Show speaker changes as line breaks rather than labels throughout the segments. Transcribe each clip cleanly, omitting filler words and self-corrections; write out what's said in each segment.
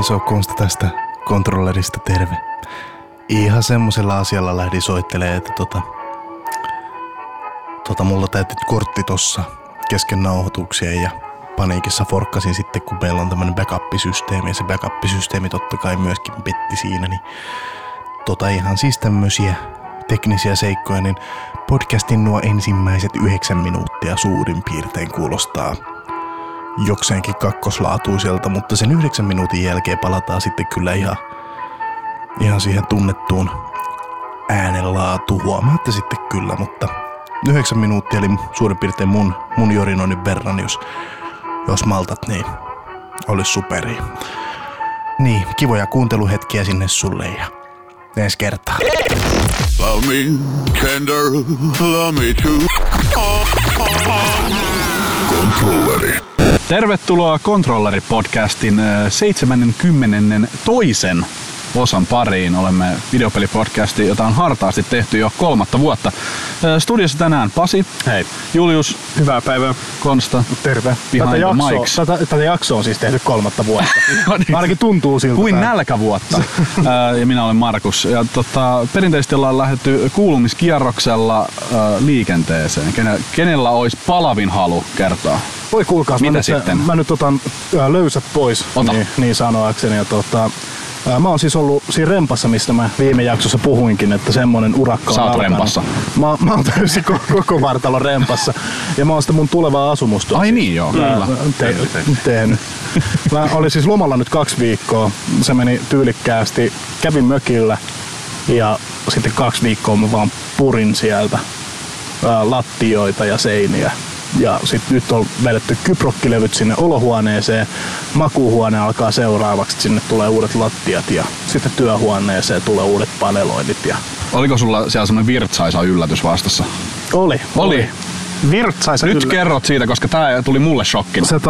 iso Konsta tästä kontrollerista, terve. Ihan semmosella asialla lähdin soittelemaan, että mulla täytyy kortti tossa kesken nauhoituksien ja paniikissa forkkasin sitten, kun meillä on tämmönen backup-systeemi ja se backup-systeemi totta kai myöskin petti siinä, niin ihan siis tämmösiä teknisiä seikkoja, niin podcastin nuo ensimmäiset 9 minuuttia suurin piirtein kuulostaa jokseenkin kakkoslaatuiselta, mutta sen 9 minuutin jälkeen palataan sitten kyllä ihan siihen tunnettuun äänenlaatuun. Huomaatte sitten kyllä, mutta 9 minuuttia eli suurin piirtein mun jorinoinnin verran, jos maltat, niin olisi superi. Niin, kivoja kuunteluhetkiä sinne sulle ja ensi kertaa.
Love me tender, love me too. Kontrolleri.
Tervetuloa Kontrolleri-podcastin 72. osan pariin. Olemme videopelipodcasti, jota on hartaasti tehty jo 3. vuotta. Studiossa tänään Pasi.
Hei.
Julius.
Hyvää päivää.
Konsta.
Terve.
Tätä
jaksoa on siis tehty 3. vuotta.
No niin.
Ainakin tuntuu siltä.
Kuin nälkävuotta. Ja minä olen Markus. Ja perinteisesti ollaan lähdetty kuulumiskierroksella liikenteeseen. Kenellä olisi palavin halu kertoa?
Voi kuulkaas, mä nyt otan löysät pois, niin sanoakseni. Ja mä oon siis ollut siinä rempassa, mistä mä viime jaksossa puhuinkin, että semmonen urakka on alkanut.
Sä oot rempassa.
Mä oon täysin koko vartalon rempassa. Ja mä oon sitä mun tulevaa asumusta.
Ai niin joo, kyllä.
Tehnyt. Mä olin siis lomalla nyt 2 viikkoa. Se meni tyylikkäästi. Kävin mökillä ja sitten 2 viikkoa mä vaan purin sieltä lattioita ja seiniä. Ja sitten nyt on vedetty kyprokkilevyt sinne olohuoneeseen, makuuhuone alkaa seuraavaksi, sinne tulee uudet lattiat ja sitten työhuoneeseen tulee uudet paneloinnit. Ja
oliko sulla siellä semmoinen virtsaisa yllätys vastassa?
Oli. Virtsaisa
nyt
kyllä.
Kerrot siitä, koska tää tuli mulle shokkina.
Se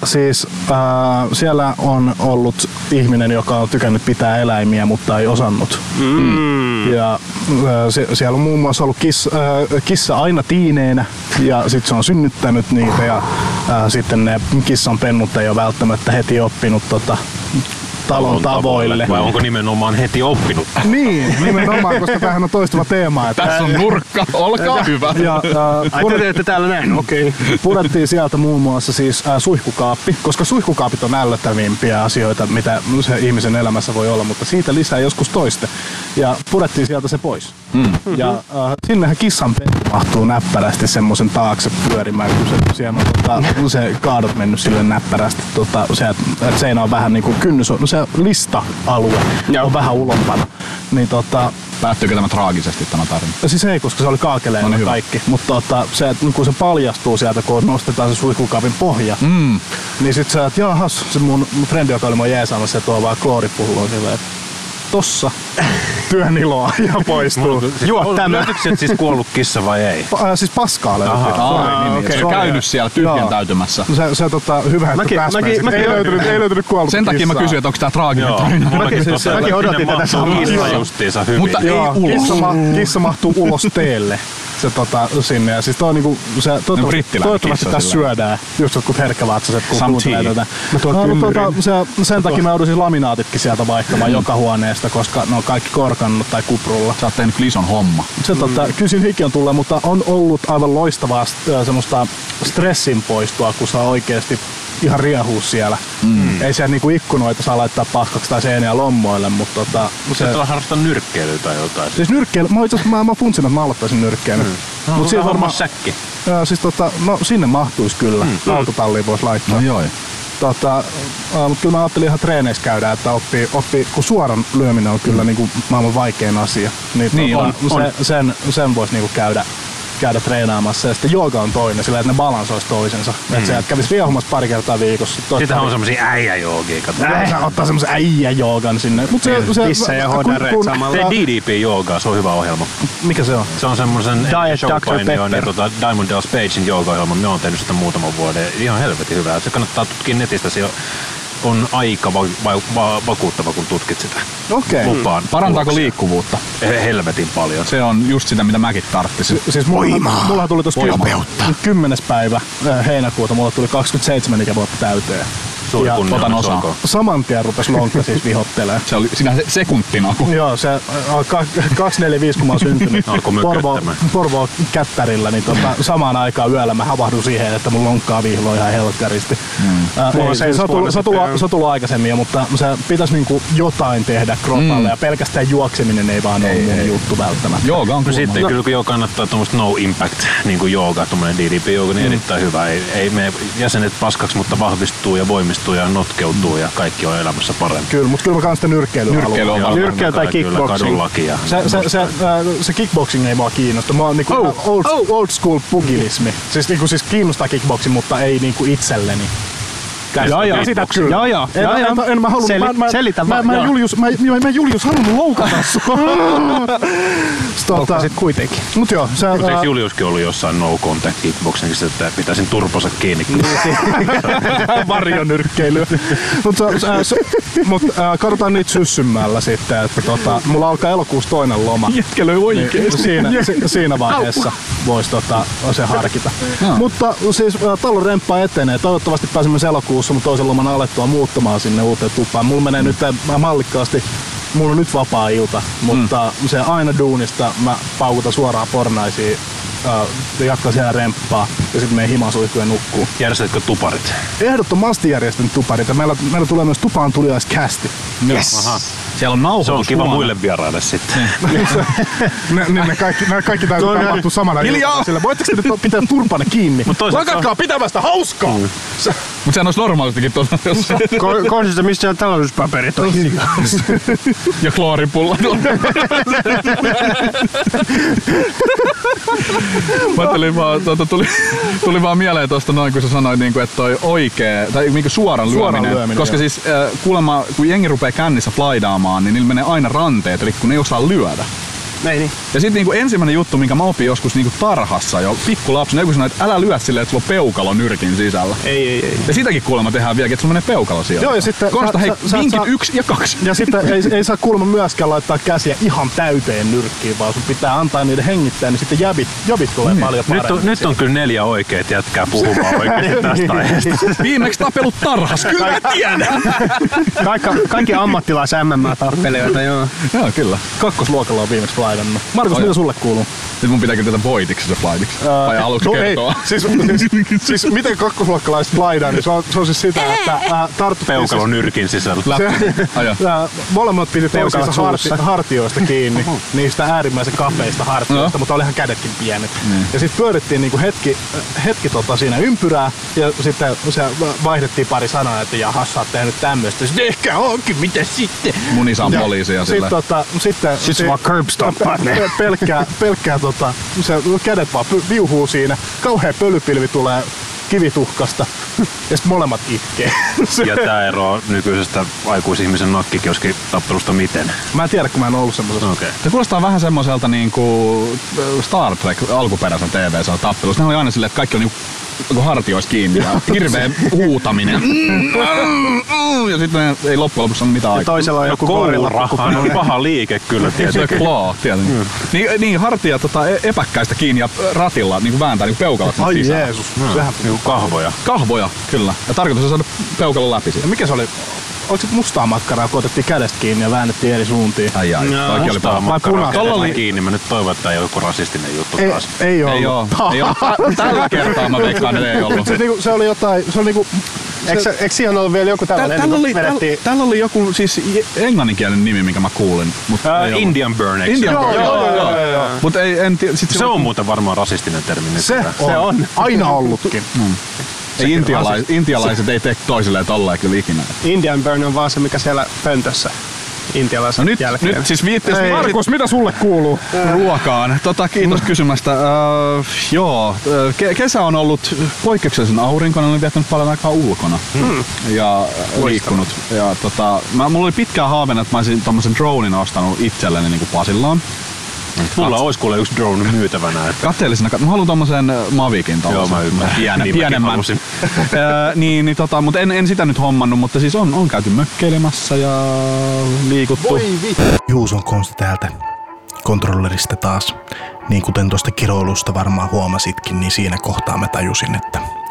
siellä on ollut ihminen, joka on tykännyt pitää eläimiä, mutta ei osannut. Ja siellä on muun muassa ollut kissa aina tiineenä ja sit se on synnyttänyt niitä ja sitten ne kissan pennut ei ole välttämättä heti oppinut talon tavoille.
Vai onko nimenomaan heti oppinut?
Niin, nimenomaan, koska tämähän on toistuva teema. Että
tässä on nurkka, olkaa hyvä.
Te teette täällä näin, okei. Purettiin sieltä muun muassa siis suihkukaappi, koska suihkukaapit on ällöttävimpiä asioita, mitä se ihmisen elämässä voi olla, mutta siitä lisää joskus toiste. Ja purettiin sieltä se pois. Ja sinnehän kissan pentu mahtuu näppärästi semmoisen taakse pyörimään, kun siellä on se kaadot mennyt sille näppärästi. Seinä on vähän niinku kynnys, se lista-alue on vähän ulompana. Niin
päättyykö tämä traagisesti tämä tarina?
Siis ei, koska se oli kaakeleena kaikki. Mutta kun se paljastuu sieltä, kun nostetaan se suihkukaapin pohja, niin sit sä, että jahas, se mun frendi, joka oli mun jeesaamassa, se tuo vaan klooripulloa silleen, että tossa työn iloa ja poistuu.
Löytyykö se siis kuollut kissa vai ei?
Siis paskaa löytyy.
Se on käynyt siellä tyhjentäytymässä.
Se hyvä, että täsmäisin. Ei löytynyt kuollut
sen takia mä kysyin, että onko tää traaginen tarina.
Mäkin odotin tätä samaa.
Justiinsa hyvin.
Mutta ei ulos.
Kissa mahtuu ulos teelle. Sinne. Ja siis toi on niinku toivottavasti tässä syödään. Just jotkut herkkävatsaset, kun kuuntelee tätä. Sen takia mä joudun siis laminaatitkin sieltä vaihtamaan joka huoneesta, koska ne on kaikki korkannut tai kuprulla.
Sä oot tehnyt lison homma.
Kyllä siinä hiki on tullut, mutta on ollut aivan loistavaa semmoista stressin poistua, kun saa oikeesti ihan riehuu siellä. Ei siellä niinku ikkunoita saa laittaa paskaksi tai seiniä lommoille, mutta
se on harrastaa nyrkkeilyä tai jotain.
Siis nyrkkeily, mä funtsin, että mä aloittaisin nyrkkeilyn.
Mut siinä varmaan säkki.
Siis sinne mahtuisi kyllä. Autotalliin voisi laittaa.
No joo.
Mutta kyllä mä ajattelin ihan treeneissä käydä, että oppii, kun suoran lyöminen on kyllä niinku maailman vaikein asia. Niin sen voisi niinku käydä treenaamassa. Ja sitten jooga on toinen, sillä että ne balansoisi toisensa. Että se kävisi riehumassa pari kertaa viikossa.
Sitähän on semmosia äijäjoogia.
Sä ottaa semmosen äijäjoogan sinne.
Pissa ja hodareet samalla. Tee DDP-joogaa, se on hyvä ohjelma.
Mikä se on?
Se on semmosen Diamond Dallas Pagein jooga-ohjelma. Mä oon tehnyt sitä muutaman vuoden. Ihan helvetin hyvää. Se kannattaa tutkia netistä. Se on aika vakuuttava, kun tutkit sitä.
Okei.
Lupaan.
Parantaako liikkuvuutta?
Helvetin paljon.
Se on just sitä, mitä mäkin tarttisin.
Siis mulla tuli tuossa 10. päivä heinäkuuta, mulla tuli 27 ikävuotta täyteen.
Suuri kunnia.
Otan osaa.
Saman tien rupesi lonkka siis vihottelemaan.
Se oli siinä sekuntina.
Joo, se 245 kun mä oon syntynyt Porvoo Kättärillä, niin samaan aikaan yöllä mä havahdun siihen, että mun lonkkaa vihloi ihan helkkaristi. Se on tullut aikaisemmin, mutta se pitäisi niinku jotain tehdä kropalle ja pelkästään juokseminen ei vaan ole mun juttu välttämättä.
Jooga on
sitten kyllä kun kannattaa tuommoista no impact niinku jooga, tuommoinen DDP-jooga, niin erittäin hyvä. Ei mene jäsenet paskaksi, mutta vahvistuu ja voimistuu ja notkeutuu ja kaikki on elämässä paremmin.
Kyllä, mutta kyllä mä kans sitä nyrkkeilyä haluan.
Nyrkkeily tai kickboxing.
Se kickboxing ei mua kiinnosta. Mä oon niinku old school pugilismi. Siis kiinnostaa kickboxing, mutta ei niinku itselleni.
Joo.
En mä halua.
Selitä vaan.
Mä Julius halunnut loukata sua.
Loukasit kuitenkin.
Mut joo.
Eikö Juliuskin ollut jossain no contact kickboxingissa, että pitäisin turpansa kiinni?
Varjonyrkkeilyä. Mutta katsotaan niitä syssymmällä sitten, että mulla alkaa elokuussa toinen loma.
Jätkelöi oikeesti.
Siinä vaiheessa vois se harkita. Mutta siis talon remppaa etenee. Toivottavasti pääsemme elokuussa mun toisen loman alettua muuttamaan sinne uuteen tupaan. Mulla menee nyt mallikkaasti, mulla on nyt vapaa ilta, mutta se aina duunista mä paukutan suoraan Pornaisiin, jatkan siellä remppaa ja sitten menen himasuihkuun ja nukkuu.
Järjestätkö tuparit?
Ehdottomasti järjestän tuparit ja meillä tulee myös Tupaan tuliaiskästi.
Yes. Aha. Siellä on nauhoitus.
Se on kiva muille vieraille sitten.
ne kaikki täytyy tapahtua samana iltana. Sillä voitteko te nyt pitää turpanne kiinni? Lakatkaa pitämästä hauskaa!
Mut sehän olisi normaalistikin tuossa jossain.
Konsista, missä siellä talouspaperit on?
Ja klooripulla. Mä ajattelin vaan, tuli vaan mieleen tuosta noin, kun sä sanoit, että toi oikee, tai suoran lyöminen. Koska siis kuulemma, kun jengi rupee kännissä flydaamaan, niin niillä menee aina ranteet rikki, kun ne ei osaa lyödä.
Niin.
Ja sit ensimmäinen juttu, minkä mä opin joskus tarhassa jo pikkulapsena, joku sanoi, että älä lyö silleen, että sulla on peukalo nyrkin sisällä.
Ei.
Ja sitäkin kuulemma tehdään vieläkin, että sulla menee peukalo sieltä.
Joo, ja sitten
Konsta, hei, vinkit 1 ja 2.
Ja sitten ei saa kuulemma myöskään laittaa käsiä ihan täyteen nyrkkiin, vaan sun pitää antaa niiden hengittää, niin sitten jäbit tulee paljon paremmin.
Nyt on kyllä 4 oikeet jätkää puhumaan oikeesti tästä aiheesta.
Viimeksi tapelut tarhas, kyllä mä tiedän.
Kaikki ammattilais-MMA-tappelijoita, joo.
Joo, kyllä.
Kakkosluokalla on viimeksi flaidannut. Markus, mitä sulle kuuluu?
Nyt mun pitää kyllä tätä voitiksi se flightiksi. Tai aluksi kertoa.
Siis miten kakkosluokkalaiset flydaan, niin se on siis sitä, että tarttut
peukalo nyrkin sisällä.
Molemmat piti toisiinsa hartioista kiinni, niistä äärimmäisen kapeista hartioista, mutta olihan kädetkin pienet. Ja sitten pyörittiin niinku hetki siinä ympyrää ja sitten se vaihdettiin pari sanaa, että jahas, sä oot tehnyt tämmöistä. Sitten ehkä onkin, mitä sitten?
Mun isä on poliisia sillä.
Sitten vaan curbstomppaa ne.
Pelkkää se kädet vaan viuhuu siinä. Kauhea pölypilvi tulee kivituhkasta ja sitten molemmat itkee.
Ja tää eroaa nykyisestä aikuisihmisen nakkikioskitappelusta miten?
Mä en tiedä, kun mä en ollut semmosessa.
Okay. Se kuulostaa vähän semmoiselta niinku Star Trek alkuperäisen TV-sarjan tappelusta. Ne oli aina silleen, että kaikki on niinku hartioissa kiinni ja hirveä huutaminen. Ja sitten ei loppujen lopuksi ole mitään aikaa.
Toisella on joku gorilla.
On paha liike kyllä tietenkin.
Claw, tietenkin. Niin hartia epäkkäistä kiinni ja ratilla niinku vääntää niinku peukalaksen sisään.
Ai Jeesus. Sehän
Kahvoja, kyllä. Ja tarkoitus on saada peukalon läpi siitä.
Ja mikä se oli? Oliko se mustaa makkaraa, kun otettiin kädestä kiinni ja väännettiin eri suuntiin?
Ai. Toikin oli paha.
Vai punaista kiinni. Mä nyt toivon, että ei ole joku rasistinen juttu taas.
Ei ollut.
Tällä kertaa mä veikkaan, että ei ollut.
Se oli jotain, se oli niinku...
Eikö siihen ollut vielä joku tällainen?
Täällä oli joku siis englanninkielinen nimi, minkä mä kuulin.
Indian Burn.
Joo. Mut
se on muuten varmaan rasistinen termi.
Se on. Aina ollutkin.
Intialaiset ei tee toisilleen tolleen kyllä ikinä.
Indian Burn on vaan se, mikä siellä pöntössä intialaiset jälkeen.
Nyt siis
Markus, mitä sulle kuuluu?
Ruokaan. Kiitos kysymästä. Kesä on ollut poikkeuksellisen aurinkoinen, olen viettänyt paljon aikaa ulkona ja liikkunut. Ja mulla oli pitkään haaveena, että mä olisin tommosen dronein ostanut itselleni niin kuin Pasilaan.
Mulla olisi kuule yksi drone myytävänä. Että...
Katteellisena. Mä haluan tommosen Mavikin.
Joo, mä ymmärrän.
Pienemmän. Mutta en sitä nyt hommannut, mutta siis on käyty mökkeilemässä ja liikuttu.
Juuson Konsta täältä kontrollerista taas. Niin kuten tuosta kiroilusta varmaan huomasitkin, niin siinä kohtaa mä tajusin, että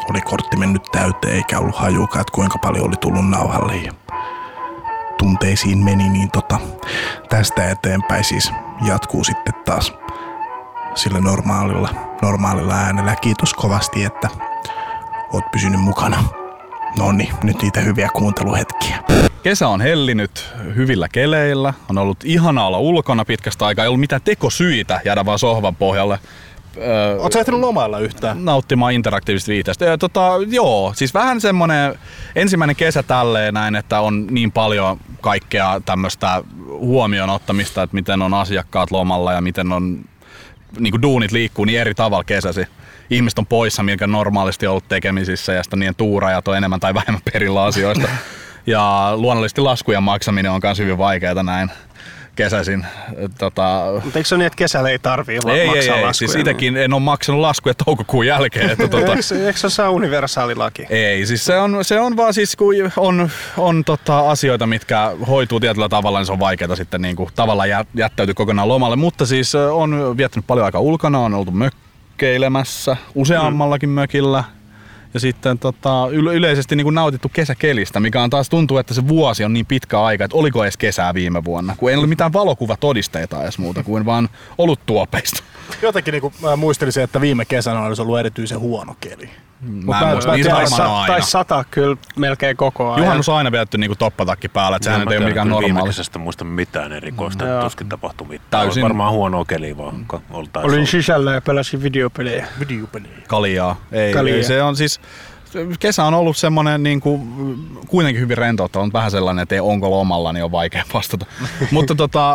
oli kortti mennyt täyteen eikä ollut hajukaan, että kuinka paljon oli tullut nauhalle. Ja tunteisiin meni, niin tästä eteenpäin siis jatkuu sitten taas sillä normaalilla äänellä. Kiitos kovasti, että oot pysynyt mukana. No niin, nyt niitä hyviä kuunteluhetkiä.
Kesä on hellinyt hyvillä keleillä. On ollut ihanaa olla ulkona pitkästä aikaa. Ei ollut mitään tekosyitä jäädä vaan sohvan pohjalle.
Ootko sä ehtinyt lomailla yhtään?
Nauttimaan interaktiivisesta viihteestä. Joo, siis vähän semmonen ensimmäinen kesä tälleen näin, että on niin paljon kaikkea tämmöistä huomioon ottamista, että miten on asiakkaat lomalla ja miten on niinku duunit liikkuu niin eri tavalla kesäsi. Ihmiset on poissa, mitkä normaalisti on ollut tekemisissä ja sitten niiden tuurajat on enemmän tai vähemmän perillä asioista. Ja luonnollisesti laskujen maksaminen on myös hyvin vaikeaa näin kesäisin.
Mutta eikö se ole niin, että kesällä ei tarvii maksaa laskuja?
Siis itsekin en ole maksanut laskuja toukokuun jälkeen. Että
Eikö se ole universaali laki?
Ei, siis se on vaan siis, kun on asioita, mitkä hoituu tietyllä tavalla, niin se on vaikeaa sitten niin kuin tavallaan jättäytyy kokonaan lomalle. Mutta siis on viettänyt paljon aikaa ulkona, on oltu mökkeilemässä useammallakin mökillä. Ja sitten yleisesti niin kuin nautittu kesäkelistä, mikä on taas tuntuu, että se vuosi on niin pitkä aika, että oliko edes kesää viime vuonna, kun ei ole mitään valokuvatodisteita edes muuta kuin vaan oluttuopeista.
Jotenkin niin kuin muistelisin, että viime kesänä olisi ollut erityisen huono keli.
Tai 100 kyllä melkein koko ajan.
Juhannus on aina vietty niinku toppatakki päällä, että sehän ei ole mikään normaali.
Viime kesästä muista mitään erikoista, tuskin tapahtui mitään.
Täysin.
Varmaan huonoa keliä vaan.
Olin sisällä ja pelasin videopelejä.
Kaljaa. Ei, se on siis... Kesä on ollut semmoinen niinku, kuitenkin hyvin rentouttava, on vähän sellainen, että ei onko lomalla, niin on vaikea vastata. Mutta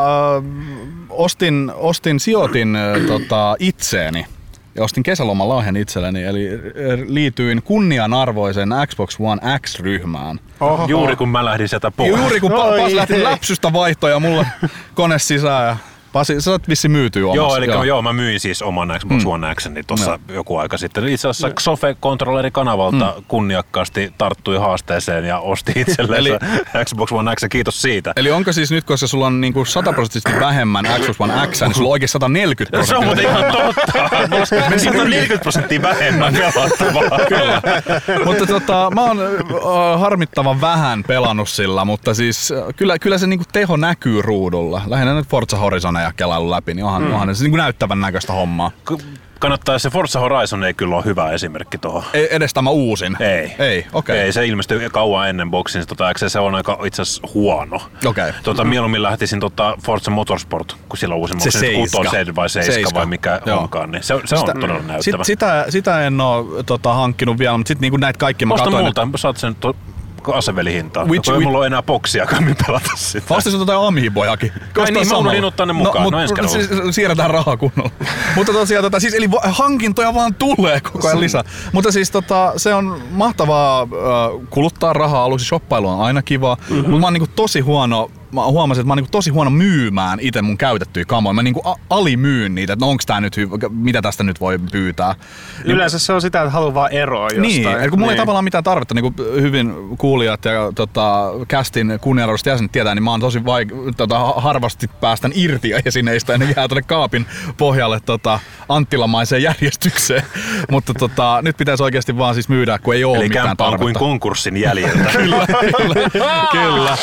sijoitin itseeni. Ja ostin kesäloman lahjan itselleni, eli liityin kunnianarvoisen Xbox One X-ryhmään.
Oho. Juuri kun mä lähdin sieltä pois.
Juuri kun Pasi lähti läpsystä vaihtoon ja mulla kone sisään. Ja Pasi, sä oot vissiin myytyy omassa.
Joo, mä myin siis oman Xbox One X:ni tuossa joku aika sitten. Itse asiassa Xofe-kontrolleri kanavalta kunniakkaasti tarttui haasteeseen ja osti itselleen Xbox One X, ja kiitos siitä.
Eli onko siis nyt, koska sulla on niinku 100% vähemmän Xbox One X, niin sulla on oikein 140%?
Se on muuten ihan totta. Mulla on 40% vähemmän pelattavaa.
Kyllä. Mutta mä oon harmittavan vähän pelannut sillä, mutta siis kyllä se niinku teho näkyy ruudulla. Lähinnä nyt Forza Horizon ja kelailu läpi, niin onhan se niin kuin näyttävän näköistä hommaa.
Kannattaa, se Forza Horizon ei kyllä ole hyvä esimerkki tuohon.
Edes tämä uusin?
Ei,
okei.
Ei, se ilmestyi kauan ennen boksin, se on aika itse asiassa huono.
Okei.
Mieluummin lähtisin Forza Motorsport, kun sillä on uusin boksin, se 6 vai 7 vai mikä onkaan, niin se on todella näyttävä.
Sitä en ole hankkinut vielä, mutta sitten niin näitä kaikki mä katoin.
Osta multa, saat sen asevelihintaa. Ei mulla ole enää boksia, min pelata sitä.
Ostin sun Amiibojakin.
Niin, mä unohdin ottaa ne mukaan.
Siirretään rahaa kunnolla. Mutta tosiaan, siis eli hankintoja vaan tulee koko ajan lisää. Mutta siis se on mahtavaa kuluttaa rahaa aluksi. Shoppailu on aina kivaa. Mutta mä oon niinku tosi huono. Mä huomasin, että mä oon niinku tosi huono myymään itse mun käytettyjä kamoja. Mä niinku alimyyn niitä, että onks tää nyt hyvä, mitä tästä nyt voi pyytää.
Yleensä se on sitä, että haluaa vaan eroa jostain.
Niin, kun mulla ei tavallaan mitään tarvetta, niin kuin hyvin kuulijat ja castin kunnianarvoiset jäsenet tietää, niin mä oon tosi harvasti päästän irti esineistä ja ne jää tuonne kaapin pohjalle anttilamaiseen järjestykseen. Mutta nyt pitäisi oikeasti vaan siis myydä, kun ei oo
eli
mitään tarvetta.
Eli kuin konkurssin jäljiltä.
Kyllä.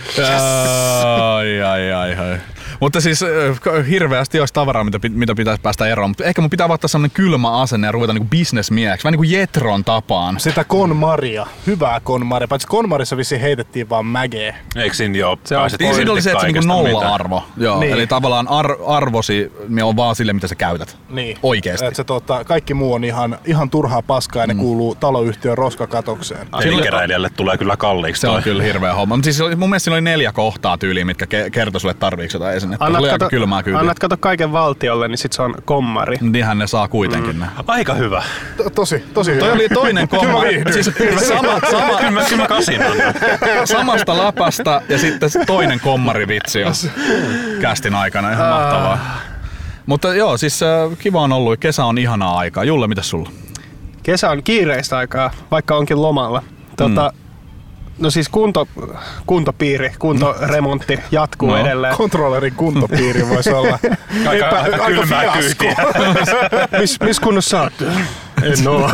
Ai. Mutta siis hirveästi olisi tavaraa, mitä pitäisi päästä eroon. Mutta ehkä mun pitää ottaa sellainen kylmä asenne ja ruveta niinku bisnesmieheksi. Vähän niin kuin Jetron tapaan.
Sitä KonMaria. Hyvää KonMaria. Paitsi KonMarissa vissiin heitettiin vaan mägeä.
Eikö siinä joo?
Siinä oli se, että se niinku nolla-arvo. Joo, niin. Eli tavallaan arvosi on vaan sille, mitä sä käytät. Niin. Oikeesti.
Et se kaikki muu on ihan turhaa paskaa ja ne kuuluu taloyhtiön roskakatokseen.
Pelikeräilijälle tulee kyllä kalliiksi.
Se on kyllä hirveä homma. Mutta siis mun mielestä siinä oli 4 kohtaa tyyliä, mitkä kertoi sulle tarviiko jotain esinettä.
Annat kato kaiken valtiolle, niin sit se on kommari.
Niinhän ne saa kuitenkin.
Aika hyvä.
Tosi hyvä.
Toi oli toinen kommari. Siis
kyllä mä kasin
samasta läpästä ja sitten toinen kommarivitsi on kästin aikana. Ihan mahtavaa. Mutta joo, siis kiva on ollut. Kesä on ihanaa aikaa. Julle, mitäs sulla?
Kesä on kiireistä aikaa, vaikka onkin lomalla. No siis kuntopiiri, kuntoremontti jatkuu edelleen.
Kontrollerin kuntopiiri voisi olla.
Aika kylmää kyytiä.
Missä kunnossa sä oot? En oo.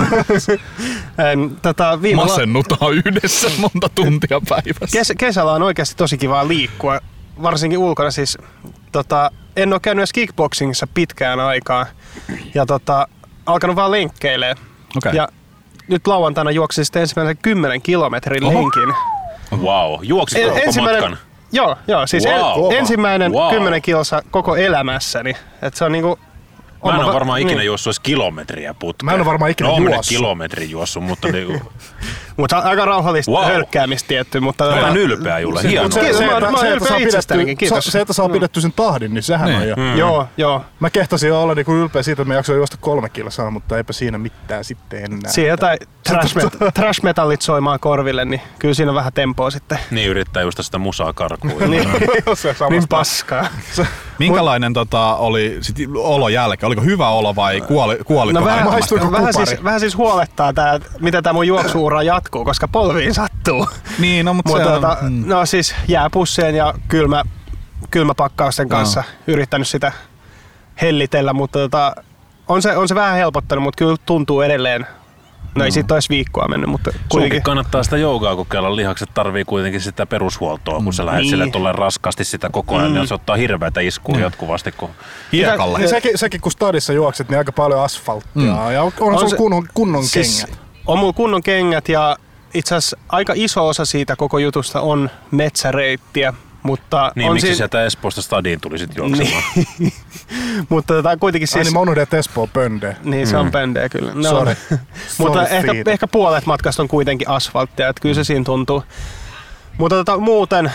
Masennutaan yhdessä monta tuntia päivässä.
Kesällä on oikeasti tosi kivaa liikkua, varsinkin ulkona. Siis, en ole käynyt edes kickboxingissa pitkään aikaa ja alkanut vaan lenkkeilee.
Okay.
Ja nyt lauantaina juoksin sitten ensimmäisen 10 kilometrin lenkin.
Wow, juoksit koko matkan?
Joo, siis ensimmäinen 10 kilsa koko elämässäni. Et se on niinku...
Mä en ole varmaan ikinä juossut edes kilometriä putkeen.
Mä en ole varmaan ikinä juossut.
Kilometrin juossut, mutta niinku...
Mutta aika rauhallista hölkkäämistä tietty, mutta...
Mä olen ylpeä, Julle, hienoa.
Mä oon ylpeä itsestänikin, kiitos.
Se, että saa pidetty sen tahdin, niin sehän on jo.
Joo.
Mä kehtasin olla niinku ylpeä siitä, että mä jaksoin juosta 3 kilsaa, mutta eipä siinä mitään sitten enää.
Siinä jotain trash-metallit soimaan korville, niin kyllä siinä on vähän tempoa sitten.
Niin yrittää just sitä musaa karkuun.
Niin paskaa.
Minkälainen oli sit olo jälkeen? Oliko hyvä olo vai kuolitko?
No vähän siis huolettaa tää, mitä tää mun juoksuura jatkuu, koska polviin sattuu.
Niin, no mutta
no siis jääpussien ja kylmäpakkausten kanssa yrittänyt sitä hellitellä, mutta on se vähän helpottanut, mutta kyllä tuntuu edelleen. No ei siitä olisi viikkoa mennyt, mutta kuitenkin.
Sunkin kannattaa sitä joogaa kokeilla. Lihakset tarvii kuitenkin sitä perushuoltoa, kun sä lähdet sille tolleen raskaasti sitä koko ajan, niin se ottaa hirveätä iskua jatkuvasti. Kun...
Hiekalla.
Sekin kun stadissa juokset, niin aika paljon asfalttia. Ja on sun kunnon
siis,
kengät.
On mulla kunnon kengät ja itse asiassa aika iso osa siitä koko jutusta on metsäreittiä. Mutta
niin, miksi sieltä Espoosta stadiin tuli sit juoksemaan?
Niin. Mutta kuitenkin siis...
niin mä unohdin, että Espoo on pöndee.
Niin, se on pöndee kyllä. No.
Sorry.
Mutta ehkä puolet matkasta on kuitenkin asfalttia, että kyllä se siinä tuntuu. Mutta muuten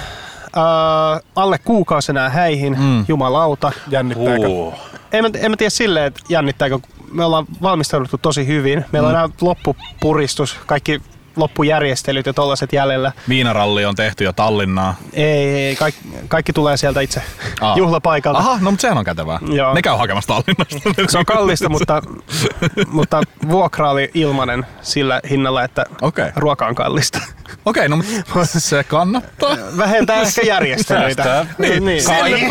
alle kuukausi enää häihin, jumalauta.
Jännittääkö?
En mä tiedä silleen, että jännittääkö. Me ollaan valmistauduttu tosi hyvin. Meillä on enää loppupuristus, kaikki loppujärjestelyt ja tollaset jäljellä.
Viinaralli on tehty jo Tallinnaa.
Ei, kaikki tulee sieltä itse juhlapaikalta.
Aha, no mutta sehän on kätevää.
Joo.
Ne käy hakemassa Tallinnasta.
Se on kallista, mutta vuokra oli ilmanen sillä hinnalla, että ruoka on kallista.
Okei, no mutta se kannattaa.
Vähentää ehkä järjestelyitä. Niin.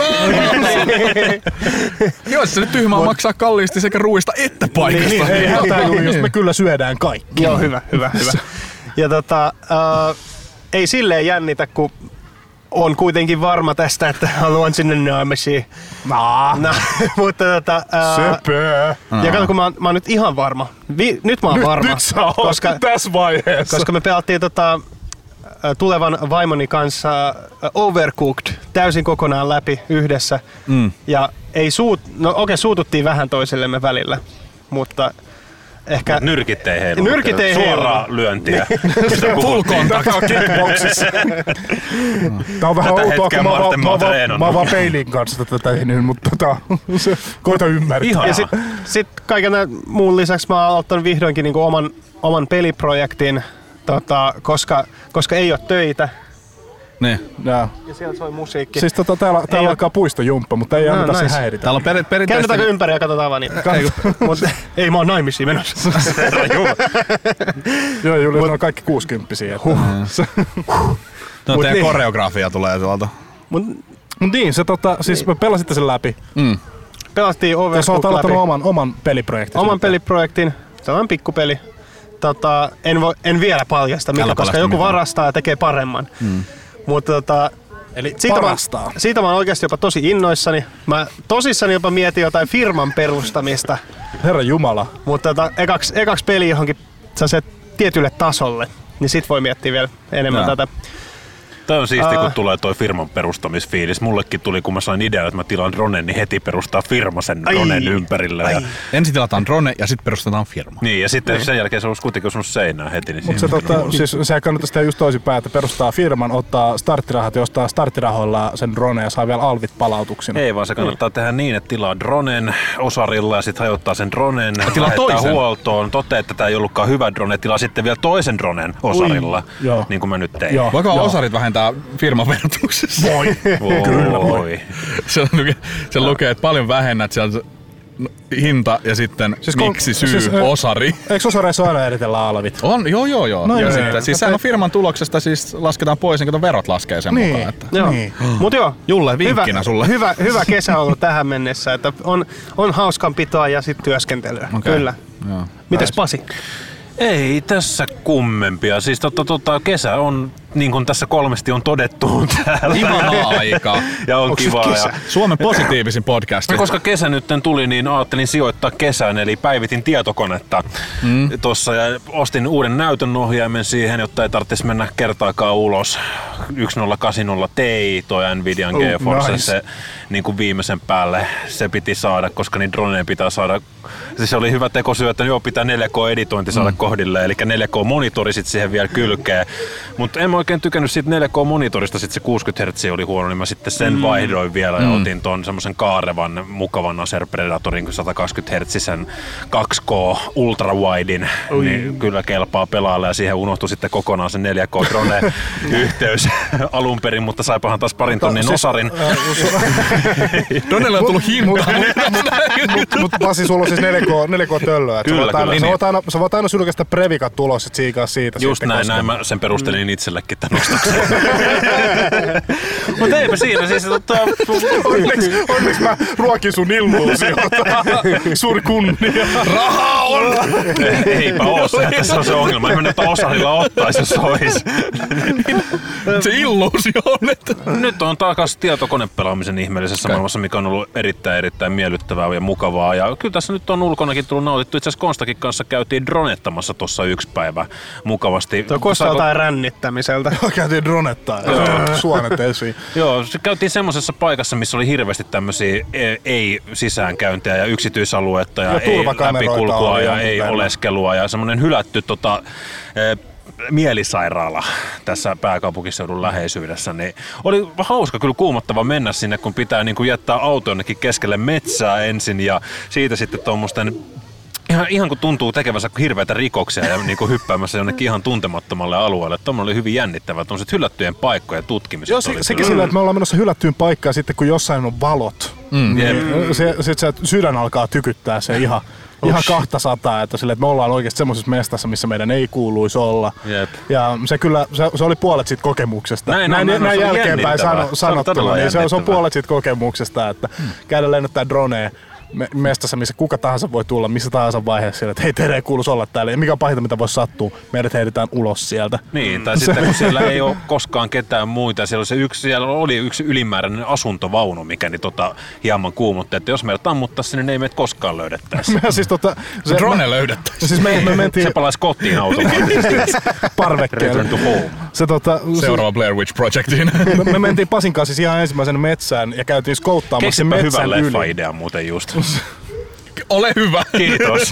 Jos se nyt tyhmää maksaa kalliisti sekä ruuista että paikasta.
Niin, ei hätää, jos me kyllä syödään kaikki.
Joo, hyvä. Ja ei silleen jännitä, kun on kuitenkin varma tästä, että haluan sinne naimisiin. Mutta
Söpö.
Ja kato, kun mä oon nyt ihan varma. Nyt mä oon varma.
Nyt sä oot tässä vaiheessa.
Koska me pelattiin tulevan vaimoni kanssa Overcooked täysin kokonaan läpi yhdessä. Ja ei suututtiin vähän toisellemme välillä, mutta ehkä...
Nyrkit ei heilu.
Suoraa
lyöntiä.
Full contact.
Tätä on kickboxissa. Tää on vähän outoa, kun mä oon vaan peilin kanssa tätä tehnyt, mutta koita ymmärtää.
Ihanaa. Ja sit kaiken muun lisäksi mä oon aloittanut vihdoinkin niinku oman peliprojektin, koska ei oo töitä.
Ne.
Ja siellä soi musiikki.
Siis täällä alkaa puistojumppa, mutta ei anneta se häiritä.
Täällä on perinteisesti...
Käännetäänkö ympäri ja katsotaan vaan niitä? Mutta ei mä oon naimisiin menossa.
Joo, Julius on kaikki 60-vuotiaita.
No teidän koreografia tulee tuolta.
Mut
niin, siis me pelasitte sen läpi.
Pelattiin Overcooked läpi.
Ja sä oot aloittanut oman peliprojektin.
Oman peliprojektin. Tämä on pikkupeli. En vielä paljasta mikä, koska joku varastaa ja tekee paremman. Mutta
eli
siitä mä oon oikeasti jopa tosi innoissani. Mä tosissani jopa mietin jotain firman perustamista.
Herra Jumala.
Mutta ekaks peli johonkin tietylle tasolle, niin sit voi miettiä vielä enemmän tätä.
Tämä on siistiä, kun tulee toi firman perustamisfiilis. Mullekin tuli, kun mä sain idean, että mä tilaan dronen, niin heti perustaa firma sen dronen ympärille. Ja...
Ensin tilataan drone ja sitten perustetaan firma.
Niin, ja sitten sen jälkeen se olisi kuitenkin osunut seinään heti. Niin
mutta siis sehän kannattaisi tehdä just toisinpäin, että perustaa firman, ottaa starttirahat ja ostaa starttirahoilla sen drone ja saa vielä alvit palautuksina.
Ei vaan se kannattaa tehdä niin, että tilaa dronen osarilla ja sitten hajottaa sen dronen.
Tilaa toisen.
Huoltoon. Toteaa, että tämä ei ollutkaan hyvä drone, tilaa sitten vielä toisen dronen osarilla. Niin kuin mä nyt tein.
Voiko osarit vähentää firman verotuksessa?
Kyllä voi.
Se lukee, että paljon vähennät sieltä hinta ja sitten siis miksi osari.
Eikö osareissa aina eritellä alvit?
On, joo.
No,
ja sitten, siis sehän on firman tuloksesta siis lasketaan pois, niin verot laskee sen mukaan. Että.
Joo. Mut joo.
Julle, vinkkinä sulle.
Hyvä kesä ollut tähän mennessä, että on hauskanpitoa ja sitten työskentelyä. Okay. Kyllä. Mites Pasi?
Ei tässä kummempia. Siis kesä on, niin kuin tässä kolmesti on todettu täällä.
Ihanaa aikaa.
Ja on kivaa. Ja
Suomen positiivisin podcast.
koska kesä nyt tuli, niin ajattelin sijoittaa kesän, eli päivitin tietokonetta tossa ja ostin uuden näytönohjaimen siihen, jotta ei tarvitsisi mennä kertaakaan ulos. 1080 Ti, toi Nvidian GeForce,
nice.
se niin kuin viimeisen päälle se piti saada, koska niin droneen pitää saada. Siis se oli hyvä tekosyy, että joo, pitää 4K-editointi saada kohdilleen, eli 4K-monitori sit siihen vielä kylkeen. Mutta en mä oikein tykännyt siitä 4K-monitorista, sit se 60 Hz oli huono, niin mä sitten sen vaihdoin vielä ja otin ton semmosen kaarevan, mukavan Acer Predatorin 120 Hz 2K ultrawidein, niin kyllä kelpaa pelaalle ja siihen unohtui sitten kokonaan se 4K-drone-yhteys alun perin, mutta saipahan taas parin tonnin osarin.
Dronelle on tullut hinta.
Mutta Pasi, sulla on siis 4K-töllöä.
Kyllä.
Sä voit aina sylkästä previkat tulos, et siikaa siitä.
Just näin mä sen perustelin itsellekin tän ostuksen. Mutta eipä siinä siis
Onneksi mä ruokin sun illuusiota. Suuri kunnia.
Rahaa on!
Eipä oo se, tässä on se ongelma. Ei mä nyt osarilla ottaisi, jos ois.
Se illuusio on, että...
Nyt on takas tietokonepelaamisen ihmeellisessä maailmassa, mikä on ollut erittäin miellyttävää ja mukavaa. Ja kyllä tässä nyt on ulkonakin tullut nautittu. Itse asiassa Konstakin kanssa käytiin dronettamassa tuossa yksi päivä mukavasti.
Tuo kuulostaa jotain rännittämiseltä.
Käytiin dronettaa. Suonet esiin.
Joo, se käytiin semmosessa paikassa, missä oli hirveästi tämmöisiä ei-sisäänkäyntejä ja yksityisaluetta ja ei läpikulkua ja ei oleskelua ja semmonen hylätty mielisairaala tässä pääkaupunkiseudun läheisyydessä, niin oli hauska kyllä kuumottava mennä sinne, kun pitää niin kuin jättää auto jonnekin keskelle metsää ensin ja siitä sitten tuommoisten ihan kun tuntuu tekevänsä hirveitä rikoksia ja niin kuin hyppäämässä jonnekin ihan tuntemattomalle alueelle. Tuommoinen oli hyvin jännittävää, tuommoiset hylättyjen paikkojen tutkimiset.
Joo, sekin sillä, että me ollaan menossa hylättyyn paikkaan sitten, kun jossain on valot. Sitten se sydän alkaa tykyttää se ihan 200, että me ollaan oikeasti semmoisessa mestassa, missä meidän ei kuuluisi olla.
Jep.
Ja se kyllä, se oli puolet siitä kokemuksesta. Näin jälkeenpäin sanottuna, niin se on puolet siitä kokemuksesta, että käydä lennättää droneen mestassa, missä kuka tahansa voi tulla, missä tahansa vaiheessa siellä, että hei, teidän ei kuuluisi olla täällä. Ja mikä on pahinta, mitä voisi sattua, meidät heitetään ulos sieltä.
Niin, tai sitten kun siellä ei ole koskaan ketään muita, siellä oli yksi ylimääräinen asuntovaunu, mikä niin hieman kuumotti, että jos meidät ammuttaisiin, niin ne ei meitä koskaan löydettäisi.
Siis
drone löydettäisiin.
Siis me mentiin...
Se palaisi kotiin automaattisesti.
Parvekkeelle.
Seuraava Blair Witch Projectiin.
Me mentiin Pasin kanssa siis ihan ensimmäisen metsään ja käytiin skouttaamassa metsän
hyvä
yli.
leffa-idea muuten just.
Ole hyvä.
Kiitos.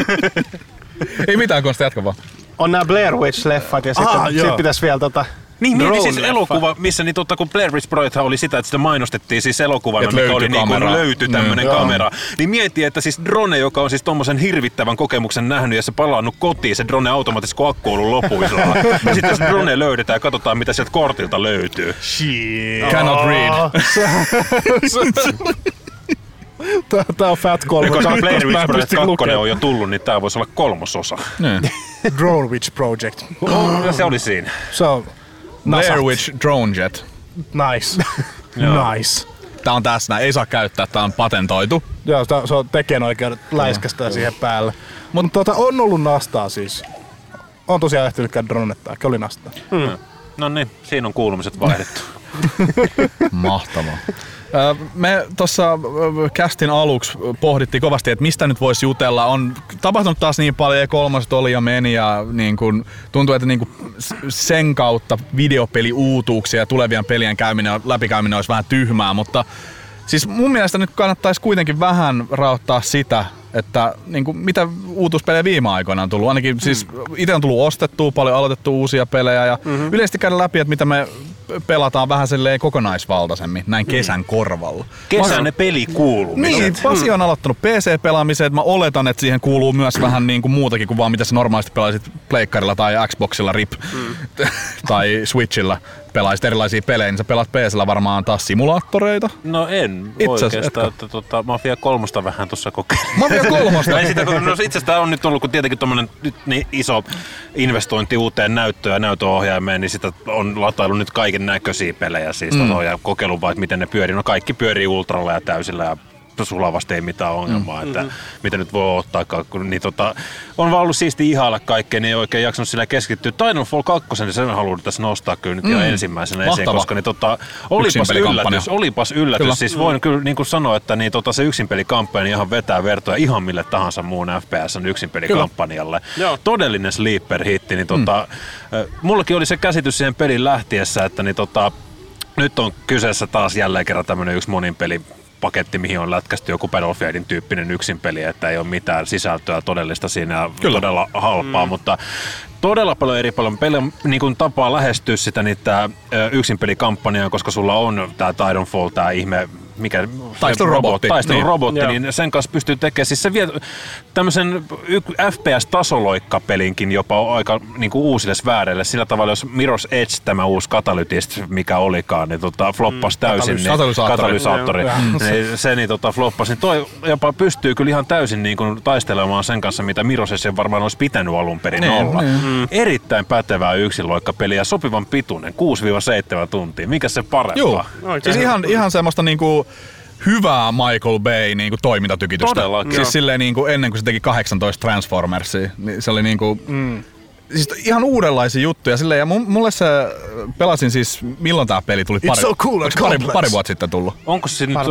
Ei mitään, Konsta, jatka vaan.
On nämä Blair Witch-leffat ja sitten pitäisi vielä
Niin, mietin siis elokuva, missä niin kun Blair Witch Project oli sitä, että sitä mainostettiin siis elokuvana, mikä oli niin kuin löytyi tämmönen kamera. Niin mieti, että siis drone, joka on siis tommosen hirvittävän kokemuksen nähnyt ja se palannut kotiin, se drone automaattisesti kun akku on ollut lopuillaan. Ja sitten se drone löydetään ja katsotaan, mitä sieltä kortilta löytyy.
Cannot read.
Tää on Fat 3.
Koska Blair Witch Project 2 on jo tullut, niin tää voisi olla 3. osa.
Drone Witch Project.
Ja se oli siinä.
Se on
Blair Witch Drone Jet.
Nice. Nice.
Tää on tässä, ei saa käyttää, tää on patentoitu.
Joo, se on tekijänoikeudet läiskästään siihen päälle. Mutta on ollut nastaa siis. On tosiaan ehtinyt käydä dronettaa, oli nastaa.
No niin, siinä on kuulumiset vaihdettu.
Mahtavaa. Me tuossa castin aluksi pohdittiin kovasti, että mistä nyt voisi jutella. On tapahtunut taas niin paljon, E3 oli ja meni ja niin kun, tuntuu, että niin kun sen kautta videopeliuutuuksia ja tulevien pelien läpikäyminen olisi vähän tyhmää, mutta siis mun mielestä nyt kannattaisi kuitenkin vähän raottaa sitä, että niin kuin, mitä uutuuspelejä viime aikoina on tullut. Ainakin siis itse on tullut ostettua, paljon aloitettu uusia pelejä ja yleisesti käydä läpi, että mitä me pelataan vähän silleen kokonaisvaltaisemmin, näin kesän korvalla.
Kesän ne pelikuulumiset.
Niin, Pasi on aloittanut PC-pelaamiseen, että mä oletan, että siihen kuuluu myös vähän niin kuin muutakin kuin vaan mitä sä normaalisti pelaisit pleikkarilla tai Xboxilla RIP tai Switchillä. Pelaisit erilaisia pelejä, niin sä pelaat PC:llä varmaan taas simulaattoreita.
No en oikeastaan, että Mafia 3 vähän tuossa kokeilin.
Mafia 3?
No itse asiassa on nyt ollut, kun tietenkin tommonen nyt niin iso investointi uuteen näyttöön ja näytöohjaimeen, niin sitä on latailu nyt kaiken näköisiä pelejä siis ja kokeillut vaan, että miten ne pyörii. No kaikki pyörii ultralla ja täysillä ja sulavasti ei mitään ongelmaa, että mitä nyt voi ottaakaan. Niin on vaan ollut siisti ihailla kaikkea, niin ei oikein jaksanut sillä keskittyä. Titanfall 2, niin sen haluan tässä nostaa kyllä nyt ihan ensimmäisenä esiin, koska niin olipas yllätys. Siis voin kyllä niin kuin sanoa, että niin se yksinpelikampanja ihan vetää vertoja ihan mille tahansa muun FPS:n yksinpelikampanjalle. Todellinen sleeper-hitti. Niin mullakin oli se käsitys siihen pelin lähtiessä, että niin nyt on kyseessä taas jälleen kerran tämmönen yksi moninpelipaketti, mihin on lätkästy joku Battlefieldin tyyppinen yksinpeli, että ei ole mitään sisältöä todellista siinä ja todella halpaa, mutta todella paljon eri pelejä niin kuin tapaa lähestyä sitä niitä yksinpelikampanjaa, koska sulla on tää Titanfall, tää ihme taistelurobotti, niin sen kanssa pystyy tekemään. Siis se vie tämmöisen FPS-tasoloikkapelinkin jopa aika niin kuin uusille sfääreille. Sillä tavalla, jos Mirror's Edge, tämä uusi Katalytist, mikä olikaan, niin floppasi täysin. Katalysaattori. Se floppasi. Niin toi jopa pystyy kyllä ihan täysin niin kuin taistelemaan sen kanssa, mitä Mirror's Edge varmaan olisi pitänyt alun perin olla. Erittäin pätevää yksinloikkapeliä, sopivan pituinen, 6-7 tuntia. Mikä se parempaa?
Joo, siis ihan semmoista niinku hyvää Michael Bay niinku toimintatykitystä.
Todellakin.
Siis silleen niinku ennen kuin se teki 18 Transformersia, niin se oli niinku siis ihan uudenlaisia juttuja silleen, ja mulle se pelasin siis, milloin tää peli tuli? Pari vuotta sitten tullut.
Onko se nyt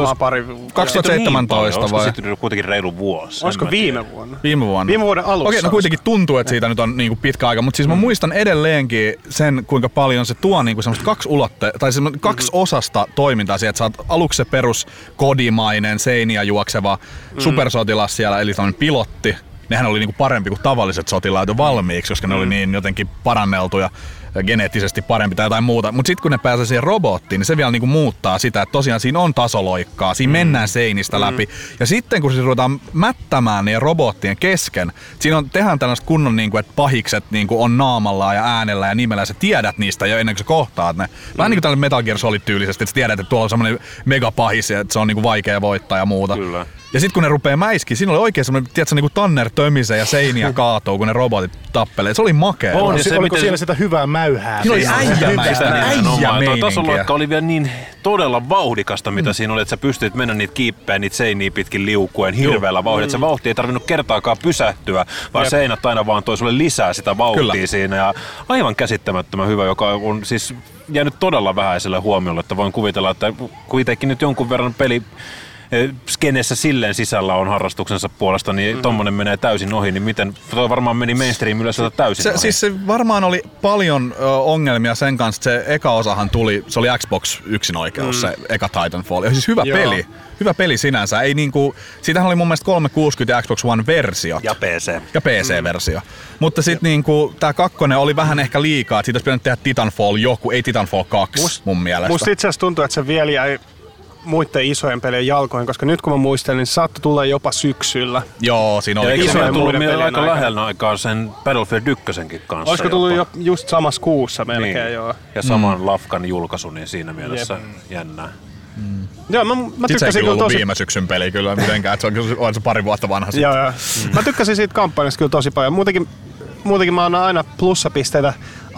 2017 vai?
Olisiko sitten kuitenkin reilu vuosi?
Olisiko viime vuonna?
Viime vuoden alussa. Okei, no kuitenkin tuntuu, että siitä nyt on niinku pitkä aika, mutta siis mä muistan edelleenkin sen, kuinka paljon se tuo niinku semmoista kaksi osasta toimintaa siihen, että sä oot aluksi se perus kodimainen, seiniä juokseva supersotilas siellä, eli tämmönen pilotti. Nehän oli niinku parempi kuin tavalliset sotilaat jo valmiiksi, koska ne oli niin jotenkin paranneltuja, geneettisesti parempi tai jotain muuta. Mutta sitten kun ne pääsee siihen robottiin, niin se vielä niinku muuttaa sitä, että tosiaan siinä on tasoloikkaa, siinä mennään seinistä läpi. Ja sitten kun se ruvetaan mättämään niiden robottien kesken, tehdään tällaista kunnon, niinku, että pahikset niinku on naamalla ja äänellä ja nimellä, ja sä tiedät niistä jo ennen kuin sä kohtaat ne. Vähän niin kuin tällainen Metal Gear Solid tyylisesti, että sä tiedät, että tuolla on semmoinen megapahis ja että se on niinku vaikea voittaa ja muuta.
Kyllä.
Ja sit kun ne rupee mäiskiä, siinä oli oikein semmoinen, tiedätkö, niinku tanner tömisee ja seiniä kaatuu, kun ne robotit tappelee. Se oli makea.
Oliko siellä sitä hyvää mäyhää?
Siinä oli äijämeininkiä.
Tasoloikka oli vielä niin todella vauhdikasta, mitä siinä oli, että sä pystyt mennä niitä kiippejä, niitä seiniä pitkin liukuen hirveällä vauhdilla. Se vauhti ei tarvinnut kertaakaan pysähtyä, vaan seinät aina vaan toi sulle lisää sitä vauhtia siinä. Ja aivan käsittämättömän hyvä, joka on siis jäänyt todella vähäiselle huomiolle, että voin kuvitella, että kuitenkin nyt jonkun verran peli skenessä silleen sisällä on harrastuksensa puolesta, niin tommonen menee täysin ohi, niin miten, toi varmaan meni mainstreamille täysin ohi. Siis
se varmaan oli paljon ongelmia sen kanssa, että se eka osahan tuli, se oli Xbox yksinoikeus, se eka Titanfall, ja siis hyvä peli sinänsä, ei niinku, siitähän oli mun mielestä 360 ja Xbox One versiot.
Ja PC.
Ja PC-versio. Mutta sit niinku, tää kakkonen oli vähän ehkä liikaa, että siitä olisi pitänyt tehdä Titanfall joku, ei Titanfall 2 mun mielestä.
Musta itse asiassa tuntuu, että se vielä jäi muiden isojen pelien jalkoihin, koska nyt kun mä muistelen, niin se saattoi tulla jopa syksyllä.
Joo, siinä oli.
Ja isoja tullut aika lähellä aikaa sen Battlefield 1 kanssa.
Olisiko tullut jo just samassa kuussa melkein, niin. Joo.
Ja saman Lafkan julkaisu, niin siinä mielessä jännää.
Joo, mä tykkäsin kyllä tosi...
viime syksyn peli kyllä mitenkään, että on se pari vuotta vanha sitten.
Joo. Mä tykkäsin siitä kampanjasta kyllä tosi paljon. Muutenkin mä annan aina plussapisteitä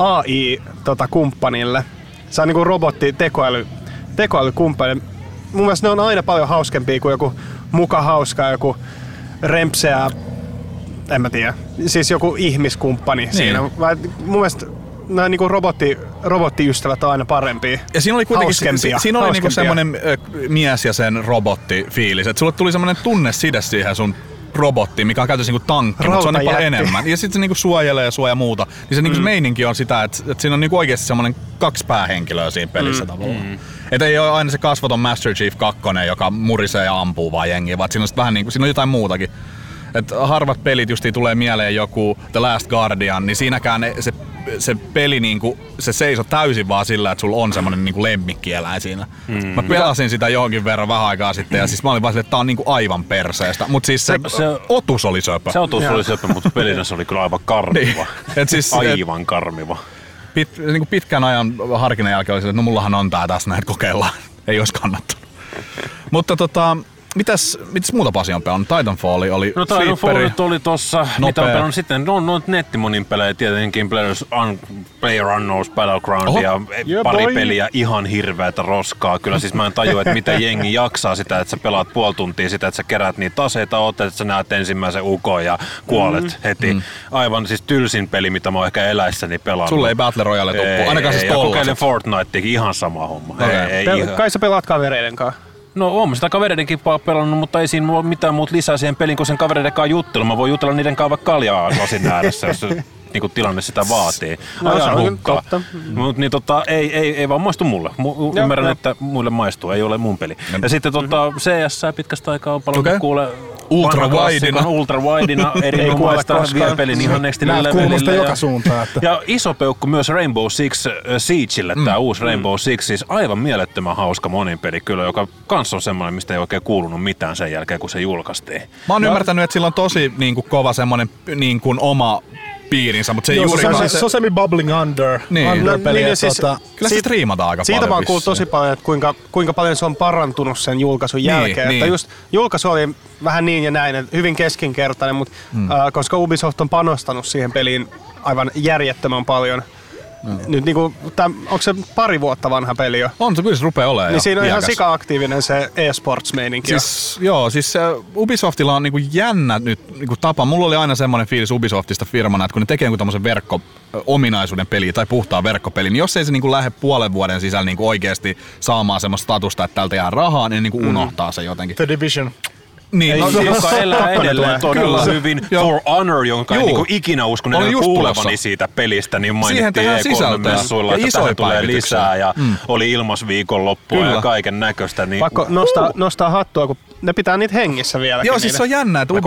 AI-kumppanille. Se on niinku robotti tekoälykumppani. Mun mielestä ne on aina paljon hauskempia kuin joku muka hauska, joku rempseä, en mä tiedä, siis joku ihmiskumppani niin. Siinä. Mun mielestä nämä niinku robottiystävät on aina parempia.
Ja siinä oli kuitenkin siinä oli niinku semmoinen mies ja sen robotti-fiilis, että sulle tuli semmoinen tunneside siihen sun robottiin, mikä on käytössä niinku tankki, mutta se on niin paljon enemmän. Ja sitten se niinku suojelee sua ja muuta. Niin se niinku se meininki on sitä, että siinä on niinku oikeasti semmoinen 2 päähenkilöä siinä pelissä tavallaan. Että ei ole aina se kasvoton Master Chief 2, joka murisee ja ampuu vaan jengiä, vaan siinä on vähän niinku, siinä on jotain muutakin. Et harvat pelit justiin tulee mieleen joku The Last Guardian, niin siinäkään se peli niinku, se seisoo täysin vaan sillä, että sulla on semmonen niinku lemmikkieläin siinä. Mä pelasin sitä johonkin verran vähän aikaa sitten ja siis mä olin vaan silleen, että tää on niinku aivan perseestä. Mut siis se otus oli söpö.
Se otus oli söpö, mutta pelinä se oli kyllä aivan karmiva.
Niin. Et siis,
aivan karmiva.
Niinku pitkän ajan harkinnan jälkeen oli silleen, että no mullahan on tää tässä näin, kokeillaan. Ei ois kannattanut. Mutta Mitäs muuta Pasi on pelannut? Titanfall oli
No Titanfall nyt oli tossa, mitä on pelannut sitten. No nettimonin pelejä tietenkin, PlayerUnknown's Battleground ja pari peliä ihan hirveätä roskaa. Kyllä siis mä en tajua, että miten jengi jaksaa sitä, että sä pelaat puoli tuntia sitä, että sä kerät niitä aseita, otat, että sä näet ensimmäisen ukon ja kuolet heti. Aivan siis tylsin peli, mitä mä oon ehkä eläissäni pelannut.
Sulle ei Battle Royale tuppu, ainakaan siis tollaset.
Kokeilin Fortniteakin, ihan sama homma.
Kai sä pelaat kavereiden kanssa?
No oon sitä kavereidenkin pelannut, mutta ei siinä ole mitään muuta lisää siihen peliin kuin sen kavereiden kanssa juttelu. Mä voin jutella niiden kanssa vaikka kaljaa lasin ääressä, jos niinku tilanne sitä vaatii. Ajan hukkaa. Mut niin ei vaan maistu mulle. Ymmärrän, että muille maistuu, ei ole mun peli. Ja sitten CS pitkästä aikaa on paljon kuule ultra-wideina erinomaista vielä pelin ihan nextille levelille.
joka suuntaan.
Ja iso peukku myös Rainbow Six Siegelle, tää uusi Rainbow Six, siis aivan mielettömän hauska monipeli kyllä, joka kans on semmoinen, mistä ei oikein kuulunut mitään sen jälkeen, kun se julkaistiin.
Mä oon ymmärtänyt, että sillä on tosi kova semmoinen oma piirinsä, mutta se ei juurikaan...
Se on semi-bubbling under peli.
Niin, siis,
kyllä se striimataan aika paljon.
Siitä mä oon kuullut tosi paljon, että kuinka paljon se on parantunut sen julkaisun jälkeen. Että just julkaisu oli vähän niin ja näin, että hyvin keskinkertainen, mutta koska Ubisoft on panostanut siihen peliin aivan järjettömän paljon. Nyt niinku, onko se pari vuotta vanha peli jo?
On, se kyllä se rupeaa olemaan.
Niin siinä on ihan sika-aktiivinen se e-sports-meininki.
Siis Ubisoftilla on niinku jännä nyt niinku tapa. Mulla oli aina semmoinen fiilis Ubisoftista firmana, että kun ne tekee joku tommosen verkko-ominaisuuden peli tai puhtaan verkkopeli, niin jos ei se niinku lähde puolen vuoden sisällä niinku oikeesti saamaan semmoista statusta, että tältä jää rahaa, niin niinku unohtaa se jotenkin.
The Division.
Niin,
joka elää edelleen todella hyvin. For Honor, jonka en niinku ikinä uskon kuulevani siitä pelistä, niin mainittiin E3-messuilla, että tähän tulee lisää ja oli ilmasviikonloppua ja kaiken näköistä. Niin
pakko nostaa hattua, kun ne pitää niitä hengissä vieläkin.
Joo, siis se on jännä, että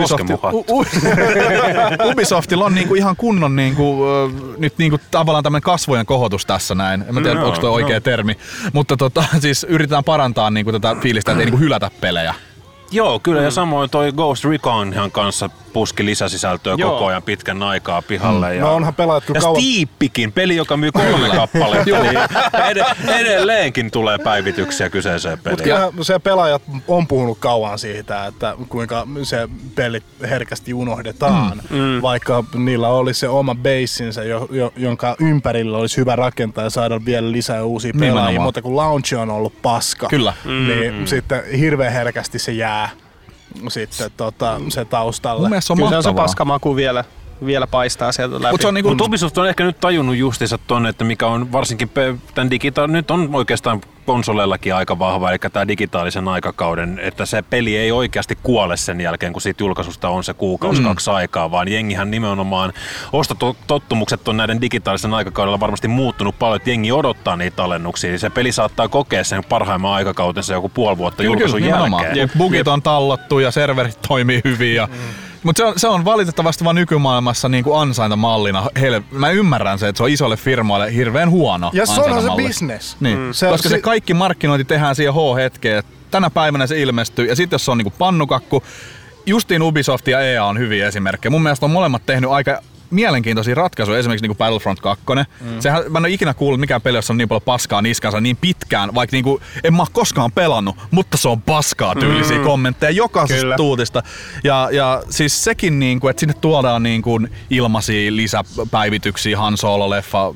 Ubisoftilla on niinku ihan kunnon nyt tavallaan tämmöinen kasvojen kohotus tässä näin. En mä tiedä, onko tuo oikea termi, mutta siis yritetään parantaa niinku tätä fiilistä, että ei niinku hylätä pelejä.
Joo, kyllä, ja samoin toi Ghost Reconhan kanssa puski lisäsisältöä koko ajan pitkän aikaa pihalle. Ja,
no onhan pelaat kyllä kauan.
Ja Steepikin, peli, joka myy 3 kappaletta, niin edelleenkin tulee päivityksiä kyseiseen peliin.
Mutta se pelaajat on puhunut kauan siitä, että kuinka se peli herkästi unohdetaan, vaikka niillä oli se oma bassinsa, jonka ympärillä olisi hyvä rakentaa ja saada vielä lisää uusia pelaajia, mutta kun launch on ollut paska, niin sitten hirveän herkästi se jää sitten se taustalle.
Mun mielestä se on
kyllä
mahtavaa.
Se paskamaku vielä paistaa sieltä läpi.
Mutta Ubisoft on ehkä nyt tajunnut justiinsa tonne, että mikä on varsinkin tämän nyt on oikeastaan konsoleillakin aika vahva, eli tämä digitaalisen aikakauden, että se peli ei oikeasti kuole sen jälkeen, kun siitä julkaisusta on se kuukausi 2 aikaa, vaan jengihän nimenomaan ostotottumukset on näiden digitaalisen aikakaudella varmasti muuttunut paljon, että jengi odottaa niitä alennuksia, niin se peli saattaa kokea sen parhaimman aikakautensa joku puoli vuotta julkaisun jälkeen.
Ja bugit on tallattu ja serverit toimii hyvin ja mutta se on valitettavasti vaan nykymaailmassa niinku ansaintamallina. Mä ymmärrän se, että se on isolle firmoille hirveän huono
ja se onhan se business.
Niin. Koska se kaikki markkinointi tehdään siihen H-hetkeen. Tänä päivänä se ilmestyy ja sitten jos se on niinku pannukakku, justiin Ubisoft ja EA on hyviä esimerkkejä. Mun mielestä on molemmat tehnyt aika mielenkiintoisia ratkaisuja, esimerkiksi niinku Battlefront 2. Sehän, mä en ole ikinä kuullut mikään peli, jossa on niin paljon paskaa niskansa niin pitkään, vaikka niinku, en mä ole koskaan pelannut, mutta se on paskaa tyylisiä kommentteja jokaisesta tuutista. Ja siis sekin, niinku, että sinne tuodaan niinku ilmaisia lisäpäivityksiä, Han Solo-leffa,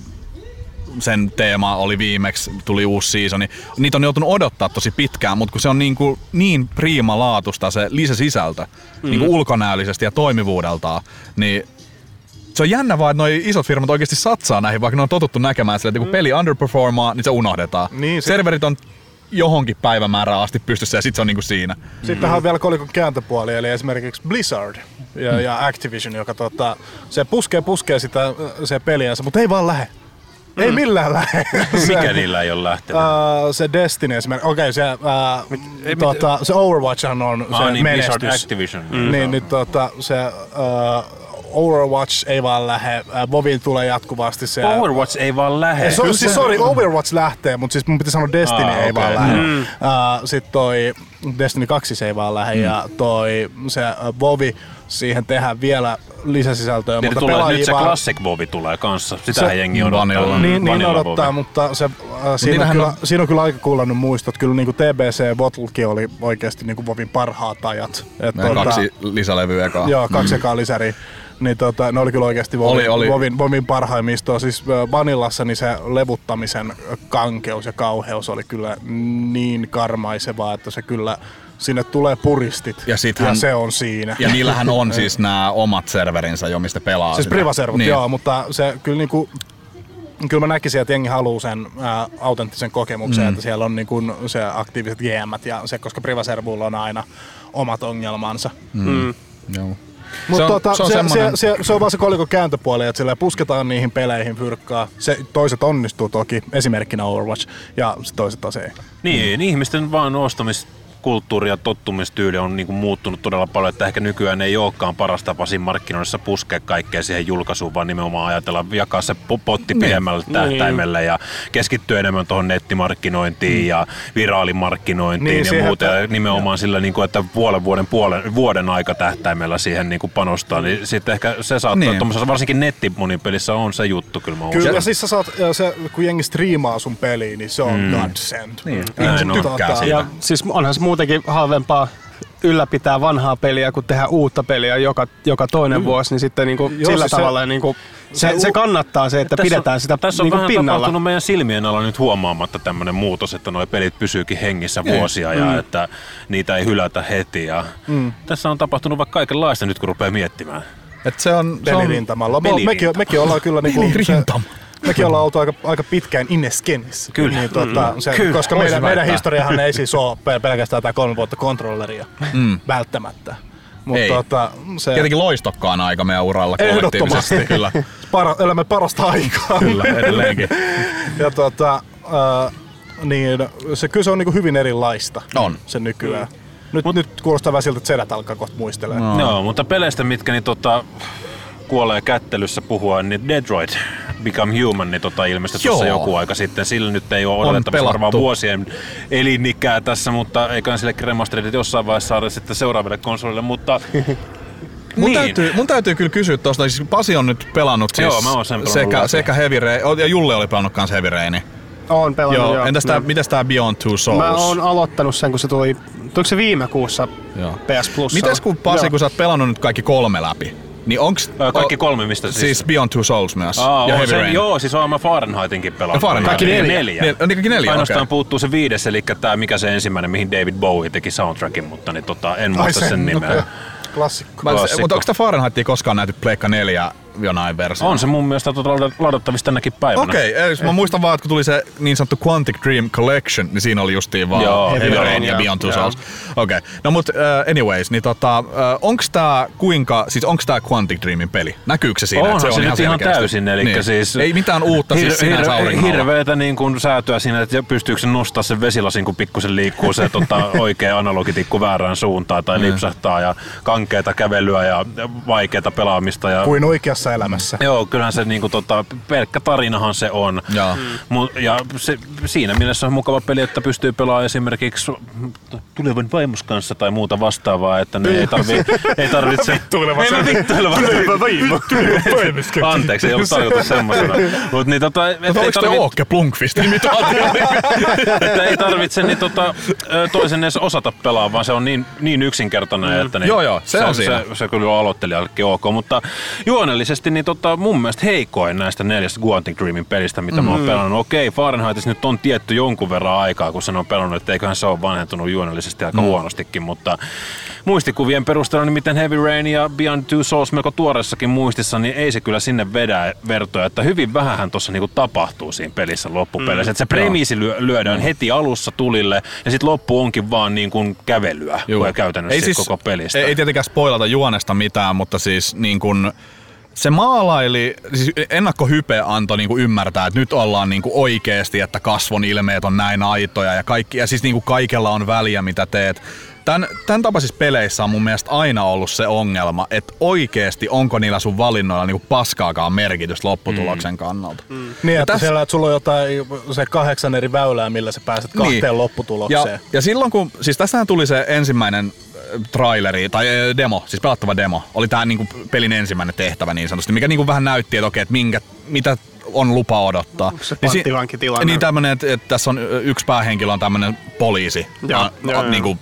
sen teema oli viimeksi, tuli uusi seasoni. Niitä on joutunut odottaa tosi pitkään, mutta kun se on niin priimalaatusta se lisäsisältö, niinku ulkonäöllisesti ja toimivuudeltaan, niin se on jännä vaan, että noi isot firmat oikeasti satsaa näihin, vaikka ne on totuttu näkemään sille, että kun peli underperformaa, niin se unohdetaan. Niin, serverit on johonkin päivämäärään asti pystyssä ja sit se on niinku siinä.
Sittenhän on vielä kolikon kääntöpuoli, eli esimerkiksi Blizzard ja Activision, joka se puskee sitä se peliänsä, mutta ei vaan lähe. Ei millään lähe.
Mikä niillä ei ole lähtenyt?
Se Destiny esimerkiksi. Okei, se Overwatchhan on se menestys.
Blizzard Activision.
Niin se Overwatch ei vaan lähe. WoWin tulee jatkuvasti se.
Overwatch ei vaan lähe.
Overwatch lähtee, mutta siis mun piti sanoa Destiny ei vaan lähe. Sitten toi Destiny 2 se ei vaan lähe ja toi se WoW, siihen tehdään vielä lisäsisältöä.
Niin
mutta
tulee, nyt se Classic Bobi tulee kanssa. Sitähän jengi odottaa.
Niin odottaa, mutta siinä on kyllä aika kuulannut muistot. Kyllä niin kuin TBC Bottlekin oli oikeasti niin kuin Vovin parhaat ajat.
2 lisälevyä ekaa.
Joo, 2 ekaa lisäriä. Niin ne oli kyllä oikeasti Vovin parhaimmistoa. Siis Vanillassa niin se levuttamisen kankeus ja kauheus oli kyllä niin karmaisevaa, että se kyllä sinne tulee puristit ja se on siinä.
Ja niillähän on siis nämä omat serverinsä jo, mistä pelaa.
Siis privaservut, niin. Joo, mutta se kyllä niinku kyllä mä näkisin, että jengi haluaa sen autenttisen kokemuksen, että siellä on niinku se aktiiviset GM:t ja se, koska privaservuilla on aina omat ongelmansa.
Joo.
Mutta se on vaan se kolikon kääntöpuoli, että sillä pusketaan niihin peleihin fyrkkaa. Toiset onnistuu toki, esimerkkinä Overwatch, ja toiset taas ei.
Niin, ihmisten vaan ostamiskulttuuri ja tottumistyyli on niinku muuttunut todella paljon, että ehkä nykyään ei olekaan paras tapa siinä markkinoissa puskea kaikkea siihen julkaisuun, vaan nimenomaan ajatella jakaa se potti pidemmälle tähtäimelle ja keskittyä enemmän tuohon nettimarkkinointiin ja viraalimarkkinointiin ja muuta. Ja nimenomaan sillä, että vuoden aikatähtäimellä siihen panostaa, niin sitten ehkä se saattaa, tuommoisessa varsinkin nettimonipelissä on se juttu, kyllä mä uskon.
Kyllä, siis sä saat, kun jengi striimaa sun peliin, niin se on godsend.
Niin, tykkää siitä.
Ja siis onhan se muutenkin halvempaa ylläpitää vanhaa peliä, kun tehdään uutta peliä joka toinen vuosi, niin sitten sillä tavalla se kannattaa se, että pidetään sitä
tässä on
vähän
pinnalla. Tapahtunut meidän silmien alla nyt huomaamatta tämmöinen muutos, että nuo pelit pysyykin hengissä vuosia ja että niitä ei hylätä heti. Ja tässä on tapahtunut vaikka kaikenlaista nyt, kun rupeaa miettimään.
Että se on
pelirintamalla. Mekin ollaan kyllä mekin ollaan oltu aika pitkään inneskenissä.
Kyllä.
Niin, koska meidän historiahan ei siis ole pelkästään tämä 3 vuotta kontrolleria välttämättä. Mutta
tietenkin loistokkaan aika meidän uralla
kollektiivisesti.
Kyllä.
Elämme parasta aikaa.
Kyllä, edelleenkin.
Ja niin, kyllä se on hyvin erilaista.
On.
Se nykyään. Nyt kuulostaa vähän siltä, että sedät alkaa kohta muistelemaan.
Joo, mutta peleistä, mitkä kuolee kättelyssä puhua, niin Detroit Become Human niin ilmestyi tuossa joku aika sitten. Sillä nyt ei ole odotettavissa varmaan vuosien elinikää tässä, mutta eiköhän sille remasterit jossain vaiheessa saada sitten seuraaville konsolille, mutta
Mun täytyy kyllä kysyä tuosta, siis Pasi on nyt pelannut sekä Heavy Rain, ja Julle oli pelannut kans Heavy Rain.
Oon pelannut, joo.
Entäs mitäs tää Beyond Two Souls?
Mä oon aloittanut sen, kun se tuliko se viime kuussa PS Plussa?
Mites kun Pasi, kun sä oot pelannut nyt kaikki 3 läpi? Niin onks
kaikki 3 mistä
siis Beyond Two Souls myös ja Heavy Rain.
Joo, siis oon mä Fahrenheitinkin pelannut.
Kaikki 4. Kaikki 4.
Ainoastaan puuttuu se 5, eli tää mikä se ensimmäinen, mihin David Bowie teki soundtrackin, mutta niin en muista sen nimeä.
Klassikko.
Mutta onko tämä Fahrenheitia koskaan nähty Pleikka 4 jonain versio?
On se mun mielestä ladattavissa tänäkin päivänä.
Okei, mä muistan vaan, että kun tuli se niin sanottu Quantic Dream Collection, niin siinä oli justiin vaan Heavy Rain ja Beyond Two Souls. Okei, no mut anyways, niin onks tää Quantic Dreamin peli? Näkyykö se siinä?
Onhan se nyt ihan täysin, eli siis
ei mitään uutta siis sinänsä auringolla.
Hirveetä niin kuin säätöä siinä, että pystyykö se nostaa sen vesilasin, kun pikkusen liikkuu se oikea analogitikku väärään suuntaan tai lipsahtaa ja kankeeta kävelyä ja vaikeata pelaamista. Ja
kuin oikeassa elämässä.
Joo, kyllähän se pelkkä tarinahan se on. Ja siinä mielessä on mukava peli, että pystyy pelaamaan esimerkiksi tulevan vaimos kanssa tai muuta vastaavaa, että ne ei tarvitse
tuleva vaimo.
Anteeksi, ei ollut tarkoitus semmosena. Mut niin
oliko te Åke Plunkvist imitaatio?
Että ei tarvitse toisen edes osata pelaa, vaan se on niin yksinkertainen, että se kyllä on aloittelijallekin ok, mutta juonellisesti niin mun mielestä heikoin näistä 4 Quantic Dreamin pelistä, mitä mä oon pelannut. Okei, Fahrenheitissa nyt on tietty jonkun verran aikaa, kun sen on pelannut, että eiköhän se ole vanhentunut juonellisesti aika huonostikin, mutta muistikuvien perusteella, niin miten Heavy Rain ja Beyond Two Souls melko tuoreessakin muistissa, niin ei se kyllä sinne vedä vertoja, että hyvin vähähän tuossa tapahtuu siinä pelissä loppupeleissä. Että se premiisi lyödään heti alussa tulille ja sitten loppu onkin vaan niin kuin kävelyä käytännössä siis, koko pelistä.
Ei tietenkään spoilata juonesta mitään, mutta siis niin kuin se maalaili, siis ennakkohype antoi niinku ymmärtää, että nyt ollaan niinku oikeesti, että kasvon ilmeet on näin aitoja ja kaikki, ja siis niinku kaikella on väliä, mitä teet. Tän tapaisissa peleissä on mun mielestä aina ollut se ongelma, että oikeesti onko niillä sun valinnoilla niinku paskaakaan merkitystä lopputuloksen kannalta.
Niin, että siellä että sulla on jotain se 8 eri väylää, millä sä pääset 2 lopputulokseen.
Ja silloin kun, siis tässähän tuli se ensimmäinen traileri, tai demo, siis pelattava demo, oli tää niinku pelin ensimmäinen tehtävä niin sanotusti, mikä niinku vähän näytti, että okei, että mitä on lupa odottaa.
Onko se panttivankitilanne?
Niin tämmönen, että tässä on yksi päähenkilö on tämmönen poliisi, niinku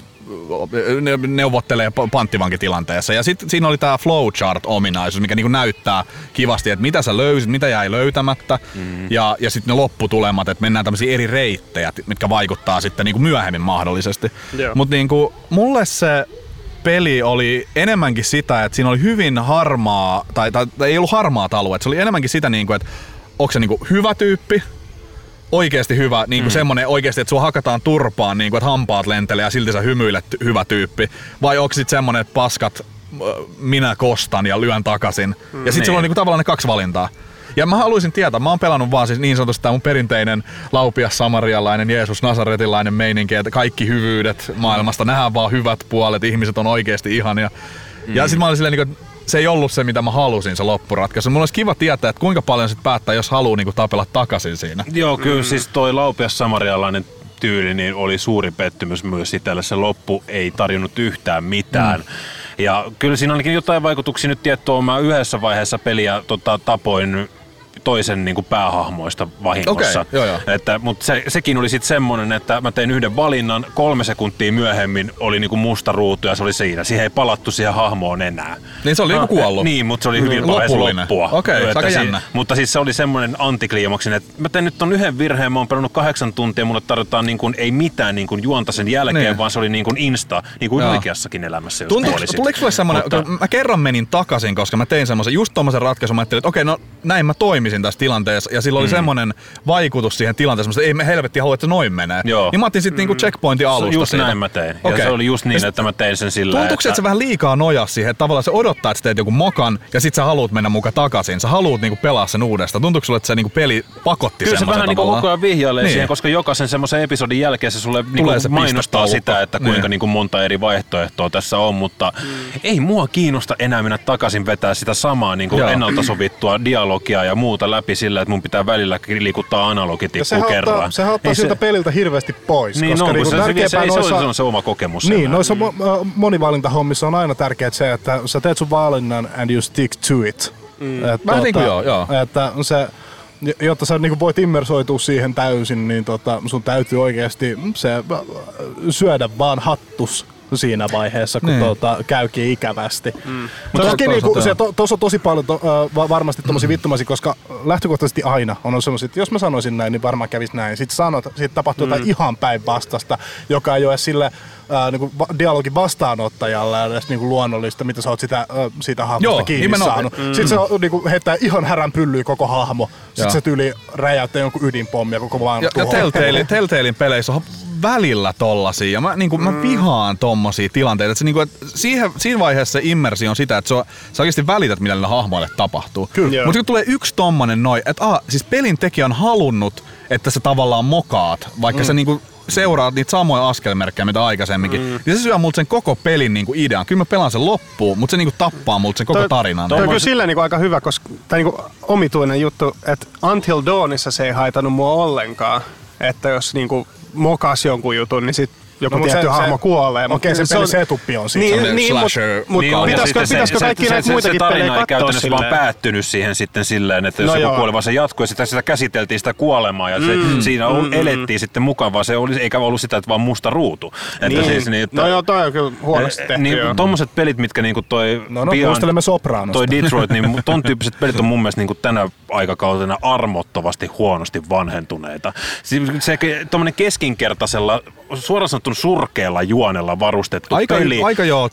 neuvottelee panttivankitilanteessa. Ja sitten siinä oli tää flowchart-ominaisuus, mikä niinku näyttää kivasti, että mitä sä löysit, mitä jäi löytämättä. Ja sitten ne lopputulemat, että mennään tämmöisiä eri reittejä, mitkä vaikuttaa sitten niinku myöhemmin mahdollisesti. Mutta niinku, mulle se peli oli enemmänkin sitä, että siinä oli hyvin harmaa, tai ei ollut harmaat alueet, se oli enemmänkin sitä, niinku, että onko se niinku hyvä tyyppi, oikeesti hyvä, niinku semmonen oikeesti, että sua hakataan turpaan, niinku, että hampaat lentelee ja silti sä hymyilet hyvä tyyppi. Vai onko sit semmonen, että paskat, minä kostan ja lyön takaisin. Ja sit sulla on niinku tavallaan ne kaksi valintaa. Ja mä haluaisin tietää, mä oon pelannut vaan siis niin sanotusti tää mun perinteinen laupias samarialainen Jeesus Nasaretilainen meininki, että kaikki hyvyydet maailmasta, nähdään vaan hyvät puolet, ihmiset on oikeesti ihania. Ja sit mä olin silleen niinku, se ei ollut se, mitä mä halusin, se loppuratkaisu. Mulla olisi kiva tietää, että kuinka paljon sit päättää, jos haluaa niinku tapella takaisin siinä.
Joo, kyllä siis toi laupias samarialainen tyyli niin oli suuri pettymys myös itselle. Se loppu ei tarjonnut yhtään mitään. Ja kyllä siinä ainakin jotain vaikutuksia nyt tiettyä. Mä yhdessä vaiheessa peliä tapoin toisen niin kuin päähahmoista vahingossa. Mutta sekin oli sitten semmoinen, että mä tein yhden valinnan, 3 sekuntia myöhemmin oli niin kuin musta ruutu ja se oli siinä. Siihen ei palattu siihen hahmoon enää.
Niin se oli niinku kuollut?
Niin, mutta se oli hyvin vaiheessa loppua.
Okei, aika jännä.
Mutta siis se oli semmoinen antikliimaksin, että mä tein nyt ton yhden virheen, mä oon pelannut 8 tuntia, mulle tarjotaan niin kuin, ei mitään niin kuin juonta sen jälkeen, vaan se oli niin kuin insta, niin kuin oikeassakin elämässä.
Tuliko sulle semmoinen, mä kerran menin takaisin, koska mä tein semmoisen, just tommosen ratkaisun, mä ajattelin, että okei, no näin mä toimisin tässä tilanteessa, ja sillä oli semmoinen vaikutus siihen tilanteeseen, että ei me helvetti halua, että se noin menee. Niin mä otin sitten niinku checkpointin alusta.
Just näin mä tein. Ja se oli just niin, että mä tein sen sillä
tavalla. Tuntuuko, että se vähän liikaa nojaa siihen, että tavallaan se odottaa, että sä teet joku mokan, ja sit sä haluut mennä mukaan takaisin. Sä haluut niinku pelaa sen uudestaan. Tuntuuko sulle, että se niinku peli pakotti
semmoisen
tavallaan?
Kyllä se vähän niinku koko ajan vihjailee siihen, koska jokaisen semmoisen episodin jälkeen se sulle niinku
se
mainostaa sitä, että kuinka niinku monta eri vaihtoehtoa tässä on, mutta ei mua kiinnosta enää mennä takaisin vetää sitä samaa niinku ennalta sovittua dialogia ja muuta läpi sillä, että mun pitää välillä liikuttaa analogitikkuun kerran.
Se ottaa siltä peliltä hirveästi pois.
Niin, koska se on se oma kokemus.
Niin, noissa monivalintahommissa on aina tärkeää se, että sä teet sun valinnan and you stick to it.
Vähän niin kuin joo.
Että se, jotta sä niin voit immersoitua siihen täysin, niin sun täytyy oikeasti se syödä vaan hattus siinä vaiheessa, kun käykin ikävästi. Tuossa on tosi paljon varmasti tommosia vittumaisia, koska lähtökohtaisesti aina on semmosia, että jos mä sanoisin näin, niin varmaan kävisi näin. Sitten sanot, siitä tapahtuu jotain ihan päinvastasta, joka ei ole sille niinku dialogin vastaanottajalle edes niinku luonnollista, mitä sä oot siitä hahmosta kiinni saanut. Sitten se niinku heittää ihan härän pyllyyn koko hahmo. Sitten se tyyli räjäyttää jonkun ydinpommia koko vaan tuohon.
Ja Telltalein peleissä on välillä tollasia. Ja mä vihaan tommosia tilanteita. Että se, niinku, että siinä vaiheessa se immersio on sitä, että sä oikeasti välität, mitä niille hahmoille tapahtuu. Mutta kun tulee yksi tommonen että siis pelin tekijä on halunnut, että sä tavallaan mokaat, vaikka sä niinku seuraat niitä samoja askelmerkkejä, mitä aikaisemminkin, niin se syö multa sen koko pelin niinku idean. Kyllä mä pelaan sen loppuun, mutta se niinku tappaa multa sen koko tarinan.
Toi on kyllä silleen niinku aika hyvä, koska tää niinku omituinen juttu, että Until Dawnissa se ei haitannut mua ollenkaan. Että jos niinku mokas jonkun jutun, niin sit joku tietty hahmo kuolee.
Okei, se pelin setuppi on siinä.
Niin,
pitäisikö kaikki näitä muitakin pelejä katsoa
silleen? Se tarina ei käytännössä vaan päättynyt siihen sitten silleen, että jos joku kuoli, vaan se jatkui ja sitä käsiteltiin sitä kuolemaa ja siinä elettiin sitten mukaan, vaan se oli, eikä ollut sitä, että vaan musta ruutu.
Toi on kyllä huonosti tehty.
Tommoset pelit, mitkä niinku toi
muistelemme Sopranosta.
Toi Detroit, niin ton tyyppiset pelit on mun mielestä niinku tänä aikakautena armottavasti huonosti vanhentuneita. Se tommonen keskinkertaisella, suoraan sanottuna surkealla juonella varustettu peli,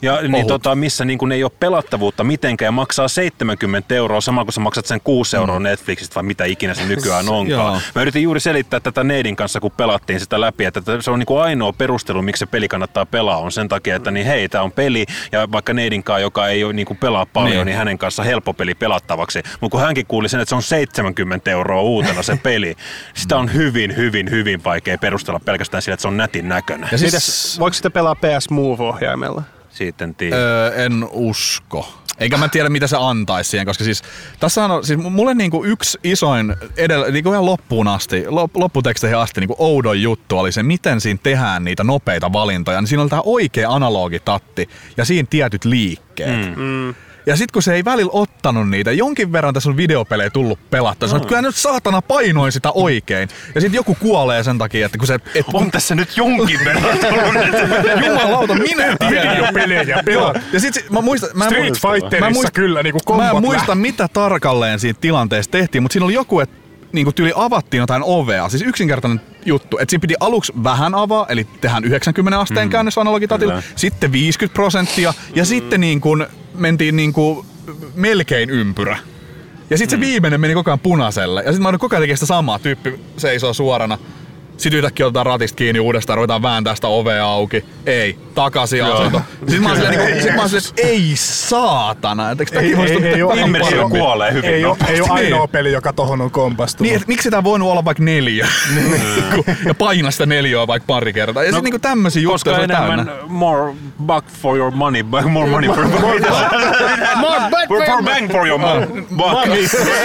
missä niin kuin ei ole pelattavuutta mitenkään ja maksaa 70 €, sama kuin sä maksat sen 6 € Netflixistä vai mitä ikinä se nykyään onkaan. Mä yritin juuri selittää tätä Neidin kanssa, kun pelattiin sitä läpi, että se on niin kuin ainoa perustelu, miksi se peli kannattaa pelaa, on sen takia, että niin hei, tää on peli, ja vaikka Neidinkaan, joka ei ole niin kuin pelaa paljon, niin hänen kanssa helppo peli pelattavaksi. Mutta kun hänkin kuuli sen, että se on 70 € uutena se peli, sitä on hyvin vaikea perustella pelkästään sillä, että se on nätin näköinen.
Ja voiko sitä pelaa PS Move-ohjaimella?
Siitä en tiedä.
En usko. Eikä mä tiedä, mitä se antaisi siihen, koska siis tässä on siis mulle niinku yksi isoin niinku ihan loppuun asti, lopputeksteihin asti niinku oudon juttu oli se, miten siinä tehdään niitä nopeita valintoja. Niin siinä oli tää oikea analogitatti ja siinä tietyt liikkeet. Ja sit kun se ei välillä ottanut niitä, jonkin verran tässä on videopelejä tullut pelattua. Sanoit, kyllä nyt saatana painoin sitä oikein. Ja sit joku kuolee sen takia, että kun se...
On tässä nyt jonkin verran tullut.
Jumalauta, minä tiedän.
Videopelejä
Joo. Ja sit mä muistan...
Street Fighterissa kyllä niinku kombot
Mä en muista, mitä tarkalleen siinä tilanteessa tehtiin, mutta siinä oli joku, että niinku tyyli avattiin jotain ovea. Siis yksinkertainen juttu, että siinä piti aluksi vähän avaa, eli tehdään 90 asteen käännös analogitatilla, sitten 50% ja sitten niin kuin mentiin niin kuin melkein ympyrä. Ja sitten se viimeinen meni koko ajan punaiselle. Ja sitten mä olin koko ajan tekemään sitä samaa, tyyppi seisoo suorana. Sitten yhtäkkiä otetaan ratista kiinni uudestaan, ruvetaan vääntää sitä ovea auki. Ei, takaisin asento. Sitten mä oon silleen, että ei saatana.
Immersio kuolee hyvin.
Ei ole ainoa peli, joka tohon on kompastunut.
Niin, miksi sitä on voinut olla vaikka 4? Ja paina sitä 4 vaikka pari kertaa. Ja sitten niinku tämmösiä juttuja se on täynnä.
More buck for your money, more money for your money. More bang for your money.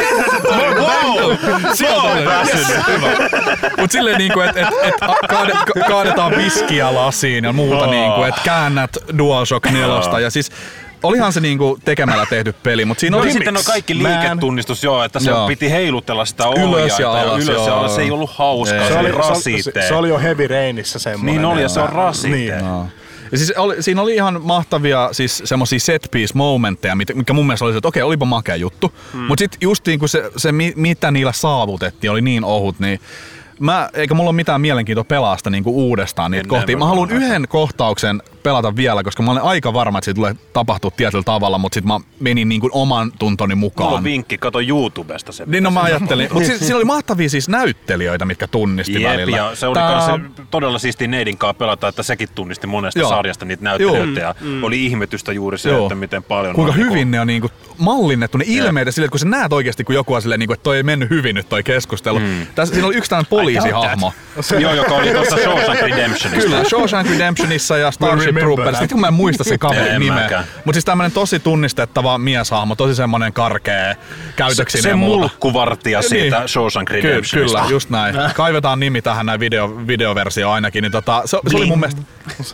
Mut silleen niinku, että kaadetaan viskiä lasiin ja muuta niinku, että käännät DualShock 4 ja siis olihan se niinku tekemällä tehty peli, mutta siinä oli
sitten kaikki liiketunnistus että se piti heilutella sitä ohjainta ja ylös ja alas. Se ei ollut hauskaa, se oli rasite.
Se oli jo Heavy Rainissa semmoinen.
Niin oli ja se on rasite.
Niin.
Ja siis siinä oli ihan mahtavia siis semmosia set piece momentteja, mikä mun mielestä oli se, että okei, olipa makea juttu. Mut sit justiin kun se mitä niillä saavutettiin oli niin ohut, niin eikä mulla ole mitään mielenkiintoa pelaa sitä niinku uudestaan niitä kohtia. Mä haluan yhden kohtauksen pelata vielä, koska mä olen aika varma, että siitä tulee tapahtua tietyllä tavalla, mutta sit mä menin niinku oman tuntoni mukaan.
Mulla on vinkki, kato YouTubesta se.
Niin no mä ajattelin. Mutta siinä oli mahtavia siis näyttelijöitä, mitkä tunnisti välillä.
Ja se oli todella siistiä Neidin kanssa pelata, että sekin tunnisti monesta sarjasta niitä näyttelijöitä ja oli ihmetystä juuri se, että miten paljon.
Kuinka hyvin ne on niinku mallinnettu, ne ilmeitä silleen, että kun sä näet oikeesti, kun joku on silleen, että toi ei mennyt hyvin nyt toi keskustelu. Siinä oli yksi tämmöinen poliisihahmo.
Joo, joka oli tuossa Shawshank Redemptionissa.
Kyllä, Shawshank Redemptionissa ja Starship Troopers. Sitten kun mä en muista sen kaverin nimeä. Mutta siis tämmönen tosi tunnistettava mieshahmo, tosi semmonen karkea käytöksinen ja muuta.
Se mulkkuvartija siitä Shawshank Redemptionista.
Kyllä, just näin. Kaivetaan nimi tähän näin videoversio ainakin. Niin se oli mun mielestä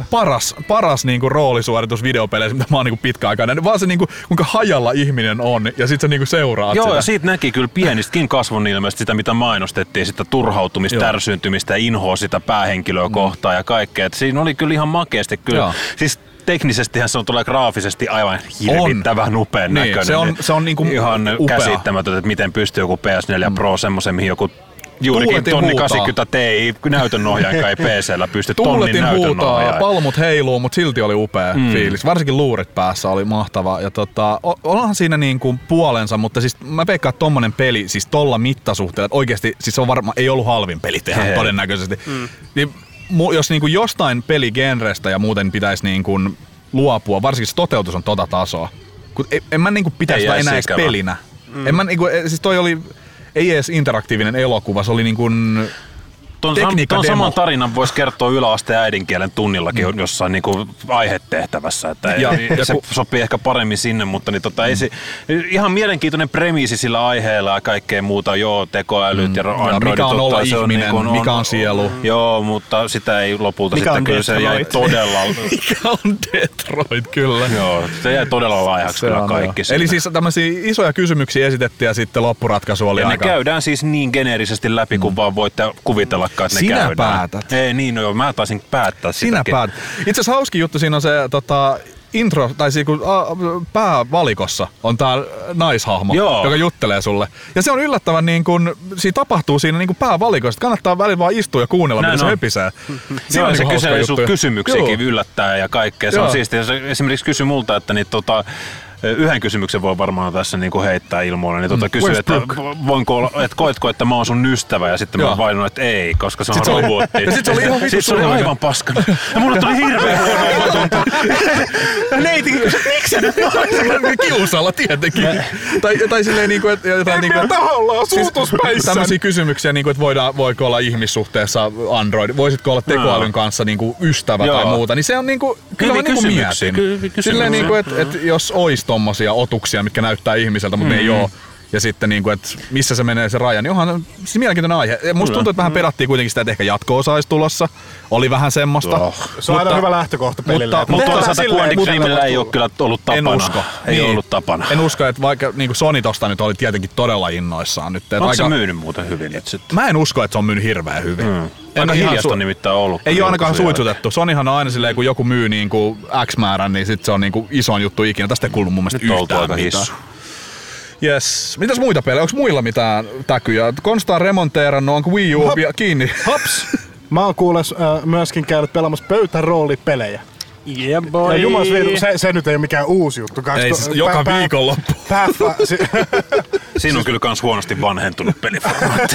paras niinku roolisuoritus videopeleissä, mitä mä oon niinku pitkään aikaa nähnyt. Vaan se niinku, kuinka hajalla ihminen on ja sit sä niinku seuraat sitä.
Joo, ja siitä näki kyllä pienistäkin kasvon ilmeisesti sitä, mitä mainostettiin, sitä turhautumista, tärsyyntymistä, inhoa sitä päähenkilöä kohtaan ja kaikkea. Et siinä oli kyllä ihan makeasti kyllä. Siis teknisestihän se on tulee graafisesti aivan hirvittävän upean näköinen.
Se on niinku
ihan
upea.
Käsittämätöntä, että miten pystyy joku PS4 Pro semmoisen, mihin joku juurikin tonni 80 Ti näytönohjaaja ei PC:llä pysty tonnin näytönohjaaja.
Palmut heiluu, mutta silti oli upea fiilis. Varsinkin luurit päässä oli mahtava. Ja onhan siinä niinku puolensa, mutta siis mä veikkaan, että tommonen peli siis tolla mittasuhteella, että oikeesti siis se on varmaan ei ollut halvin peli tehdä todennäköisesti. Niin, jos niinku jostain peligenrestä ja muuten pitäisi niinku luopua, varsinkin se toteutus on tota tasoa. En mä niinku pitäisi sitä enää edes pelinä. En mä niinku, siis toi oli ei edes interaktiivinen elokuva, se oli niin kuin
Tuon saman tarinan voisi kertoa yläasteen äidinkielen tunnillakin jossain niinku aihetehtävässä, että se sopii ehkä paremmin sinne, mutta niin ei se, ihan mielenkiintoinen premiisi sillä aiheella ja kaikkea muuta, tekoälyt ja androidit.
Mikä on olla ihminen, mikä on sielu.
Joo, mutta sitä ei lopulta mikä sitten kyllä se jäi todella...
Mikä on Detroit, kyllä.
Joo, se jäi todella laihaksi kyllä kaikki.
Eli siis tämmöisiä isoja kysymyksiä esitettiin ja sitten loppuratkaisu oli
aika... Ne käydään siis niin geneerisesti läpi, kun vaan voitte kuvitella.
Sinä käydään. Päätät.
Ei niin, mä taisin päättää sitäkin.
Sinä päätät. Itse asiassa hauskin juttu siinä on se intro, tai päävalikossa on tää naishahmo, joka juttelee sulle. Ja se on yllättävän niin kun, siinä tapahtuu siinä niin päävalikossa, kannattaa välillä vaan istua ja kuunnella, mitä se höpisee.
Joo, se kyselee sun kysymyksiäkin yllättää ja kaikkea. Se on siistiä. Se esimerkiksi kysyi multa, että yhden kysymyksen voi varmaan tässä niinku heittää ilmoille, niin kysyy, että koetko, että mä oon sun ystävä, ja sitten mä vainun, että ei, koska se on robotti.
Ja sit se oli ihan vittu
se oli aivan paskana. Ja mulle tuli hirveä huono omatunto. Neitikin kysyi, miksi sä nyt noin?
Kiusalla tietenkin. Tai silleen niinku, että jotain niinku...
tahollaan suutuspäissä.
Tämmöisiä kysymyksiä niinku, että voiko olla ihmissuhteessa Android, voisitko olla tekoälyn kanssa niinku ystävä tai muuta, niin se on niinku, kyllä mä niinku mietin. Silleen niinku, että jos ois tommosia otuksia, mitkä näyttää ihmiseltä, mutta ne ei oo. Ja sitten niinku, että missä se menee se raja, niin onhan se mielenkiintoinen aihe. Musta tuntuu, että vähän pedattiin kuitenkin sitä, että ehkä jatko-osa olisi tulossa. Oli vähän semmoista.
Se on aina hyvä lähtökohta pelille.
Mutta toisaalta Quantic Dreamillä ei ole kyllä ollut tapana.
En usko.
Ei ollut tapana.
En usko, että vaikka niinku Sony tosta nyt oli tietenkin todella innoissaan nyt.
Onko se myynyt muuten hyvin nyt sitten?
Mä en usko, että se on myynyt hirveän hyvin.
Aika hiljasta nimittäin ollut.
Ei ole ainakaan suitsutettu. Sonyhan on aina silleen, kun joku myy niinku X määrän, niin sit se on niinku isoin juttu ikinä. Tästä ei kuulu mun mielestä yhtään mitään. Yes. Mitäs muita pelejä? Onko muilla mitään täkyjä? Konsta on remonteerannut, onko Wii U kiinni?
Hops! Mä oon kuules myöskin käynyt pelaamassa pöytäroolipelejä.
Yeah boy!
Ja se nyt ei ole mikään uusi juttu.
Ei, siis joka viikonloppu.
Siinä on kyllä kans huonosti vanhentunut peliformaatti.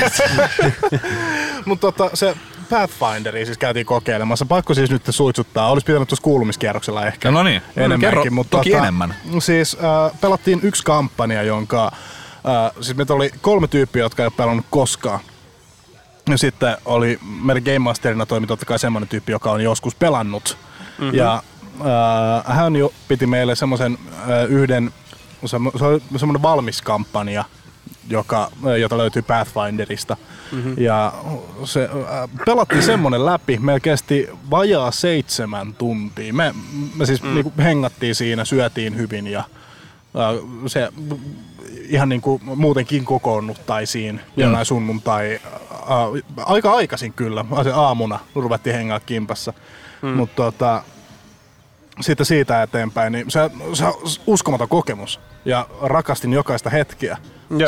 Mutta se Pathfinderia siis käytiin kokeilemassa. Pakko siis nyt suitsuttaa. Olisi pitänyt tuossa kuulumiskierroksella ehkä.
No niin,
enemmänkin, mutta
toki enemmän.
Siis pelattiin yksi kampanja, jonka siis meitä oli 3 tyyppiä, jotka ei ole pelannut koskaan. Ja sitten oli meidän Game Masterina toimi totta kai semmoinen tyyppi, joka on joskus pelannut. Ja hän jo piti meille semmoisen yhden, semmoinen valmis kampanja, jota löytyy Pathfinderista. Ja se pelattiin semmonen läpi. Meillä kesti vajaa 7 tuntia. Me siis niinku hengattiin siinä, syötiin hyvin ja se ihan niinku muutenkin kokoonnuttaisiin jonain sunnuntai aika aikaisin kyllä. Aamuna ruvettiin hengaa kimpassa. Mutta sitten siitä eteenpäin, niin se on uskomaton kokemus. Ja rakastin jokaista hetkeä.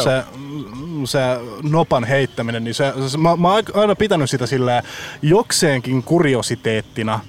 Se nopan heittäminen, niin mä oon aina pitänyt sitä silleen jokseenkin kuriositeettina,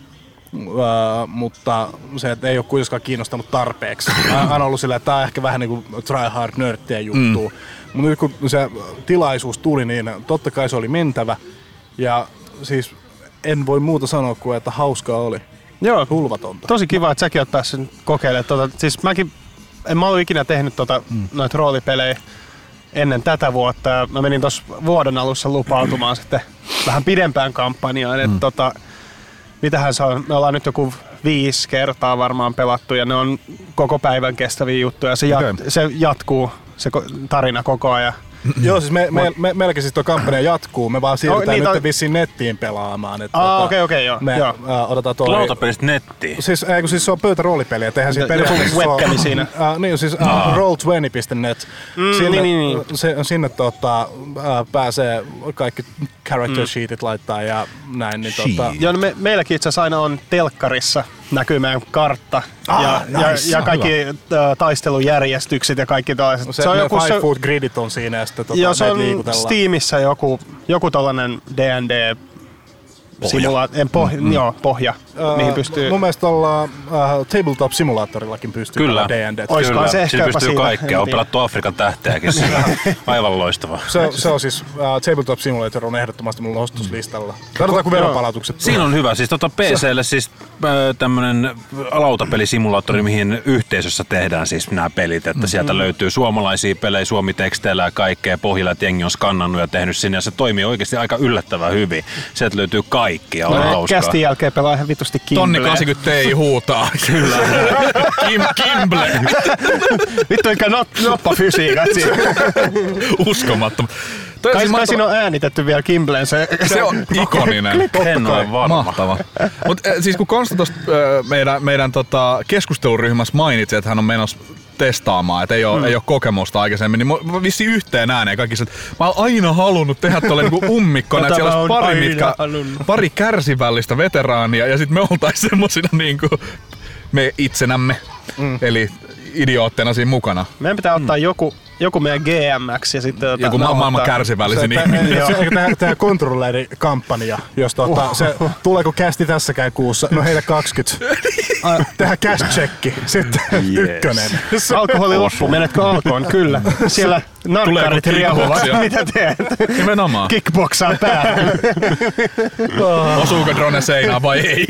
mutta se ei ole kuitenkaan kiinnostanut tarpeeksi. Mä oon ollut silleen, että tää on ehkä vähän niin kuin try hard nörttien juttu. Mutta nyt kun se tilaisuus tuli, niin totta kai se oli mentävä. Ja siis en voi muuta sanoa kuin, että hauskaa oli.
Joo,
hulvatonta.
Tosi kiva, että säkin oot päässyt kokeilemaan. Siis en mä ollut ikinä tehnyt noita roolipelejä ennen tätä vuotta. Ja mä menin tuossa vuoden alussa lupautumaan sitten vähän pidempään kampanjaan. Mitähän se on? Me ollaan nyt joku 5 kertaa varmaan pelattu ja ne on koko päivän kestäviä juttuja. Se jatkuu, se tarina koko ajan.
Joo, siis meilläkin siis tuo kampanja jatkuu. Me vaan siirrytään nyt vissiin nettiin pelaamaan.
Okei, joo.
Me otetaan tuolla...
Lautapelistä nettiin?
Siis se on pöytäroolipeli, että eihän siinä
periaatteessa
webcami
siinä.
Niin, siis roll20.net. Sinne pääsee kaikki character sheetit laittaa ja näin. Niin
joo, meilläkin itse asiassa aina on telkkarissa näkyy meidän kartta ja kaikki taistelujärjestykset ja kaikki tällaiset.
Se on joku 5-foot gridit on siinä ja sitten
se on Steamissa joku tollanen D&D pohja, mihin pystyy...
Mun mielestä ollaan Tabletop-simulaattorillakin pystyy pelaamaan D&D.
Olisikohan se
siinä pystyy kaikkea. On pelattu Afrikan tähteäkin. Aivan loistava.
Se on siis Tabletop Simulator on ehdottomasti mun ostoslistalla. Katsotaan kun veronpalautukset.
Siinä on hyvä. Siis PC:lle siis tämmönen lautapelisimulaattori, mihin yhteisössä tehdään siis nämä pelit. Että sieltä löytyy suomalaisia pelejä, suomiteksteillä ja kaikkea pohjilla, että jengi on skannannut ja tehnyt sinne. Ja se toimii oikeasti aika yllättävän hyvin. Sieltä löytyy kaikkia. On hauskaa.
Kästin jälkeen pelaa ihan vitusti Kimble.
Tonni 80 Ti huutaa. Kyllä. Kimble.
Vittu eikä noppafysiikat siinä.
Uskomattoman.
Kai siinä on äänitetty vielä Kimbleen se.
Se on ikoninen.
En ole varma.
Mahtava. Mut siis kun Konsta tosta meidän keskusteluryhmässä mainitsi, että hän on menossa testaamaan, että ei ole kokemusta aikaisemmin, niin vissi yhteen ääneen kaikki että mä oon aina halunnut tehdä tolleen niinku ummikkona, että siellä olisi pari kärsivällistä veteraania ja sit me oltais semmosina niinku me itsenämme, eli idiootteina siinä mukana.
Meidän pitää ottaa joku meidän GMX ja sitten
joku maailman kärsivällisin ihminen.
Tehdään kontrollerikampanja, jos se tuleeko kästi tässäkään kuussa, no heitä 20. Tehdään cash-checki, sitten 1.
Alkoholi loppu, menetkö alkoon? Kyllä. Siellä narkkarit riehuvat. Mitä teet?
Nimenomaan.
Kickboxaa päähän.
Osuuko drone seinään vai ei?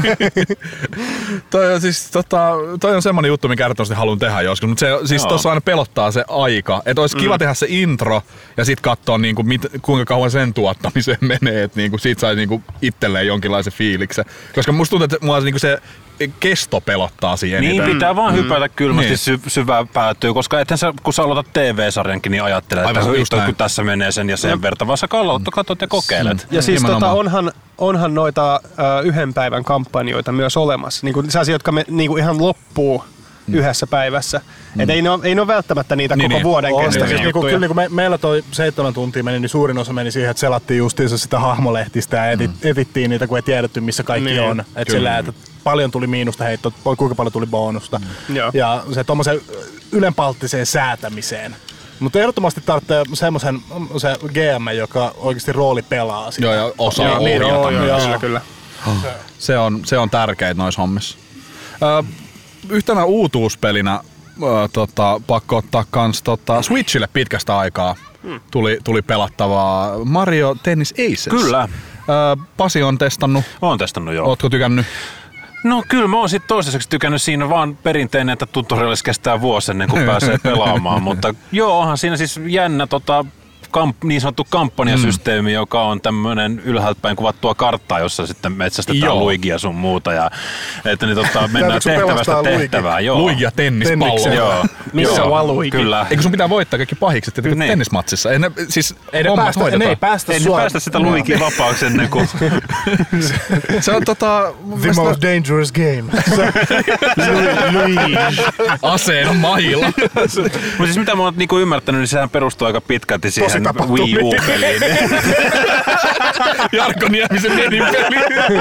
Toi on semmonen juttu, mikä ehdottomasti haluan tehdä joskus, mutta siis tossa aina pelottaa se aika. Että olisi kiva tehdä se intro ja sit katsoa niinku, kuinka kauan sen tuottamiseen menee, että niinku, siitä saisi niinku itselleen jonkinlaisen fiiliksen. Koska musta tuntuu, että mulla niinku se kesto pelottaa siihen
Niin
eniten.
pitää vaan hypätä kylmästi syvään päätyy, koska ethän sä, kun sä aloitat TV-sarjankin, niin ajattelet, että kun tässä menee sen ja sen verta, vaan sä katsot ja kokeilet.
Ja siis onhan noita yhden päivän kampanjoita myös olemassa. Niinku sellaisia, jotka niinku ihan loppuu yhdessä päivässä. Et ei ne ole välttämättä niitä koko vuoden kestäviä
siis
juttuja.
Kyllä meillä toi 7 tuntia meni, niin suurin osa meni siihen, että selattiin justiinsa sitä hahmolehtistä ja etittiin niitä, kun ei tiedetty missä kaikki on. Että sillä, että paljon tuli miinusta heittoa, kuinka paljon tuli bonusta. Ja se tommosen ylenpalttiseen säätämiseen. Mutta ehdottomasti tarvitsee semmoisen GM, joka oikeasti rooli pelaa sitä.
Joo, ja osaa ohjata.
Kyllä.
Se on tärkeitä noissa hommissa. Yhtenä uutuuspelinä pakko ottaa kans Switchille pitkästä aikaa tuli pelattavaa Mario Tennis Aces.
Kyllä.
Pasi on testannut.
Oon testannut, joo.
Ootko tykännyt?
No kyllä mä oon sit toistaiseksi tykännyt siinä vaan perinteinen, että tutorialissa kestää vuosi ennen kuin pääsee pelaamaan, mutta joo, onhan siinä siis jännä niin sanottu kampanjasysteemi, joka on tämmöinen ylhäältä päin kuvattua karttaa, jossa sitten metsästetään Luigia sun muuta ja että niin mennään tehtävästä tehtävään.
Luigia tennispallo.
Joo.
Missä on Luigi?
Kyllä.
Eikö sun pitää voittaa kaikki pahikset tennismatsissa? Ei
ne päästä
sitä Luigia vapaaksi ennen kuin...
Se on
The most dangerous game.
aseen mahilla.
Mutta siis mitä mä oon niinku ymmärtänyt, niin sehän perustuu aika pitkälti siihen Wii U-peliin.
Jarkko Niemisen nelinpeli.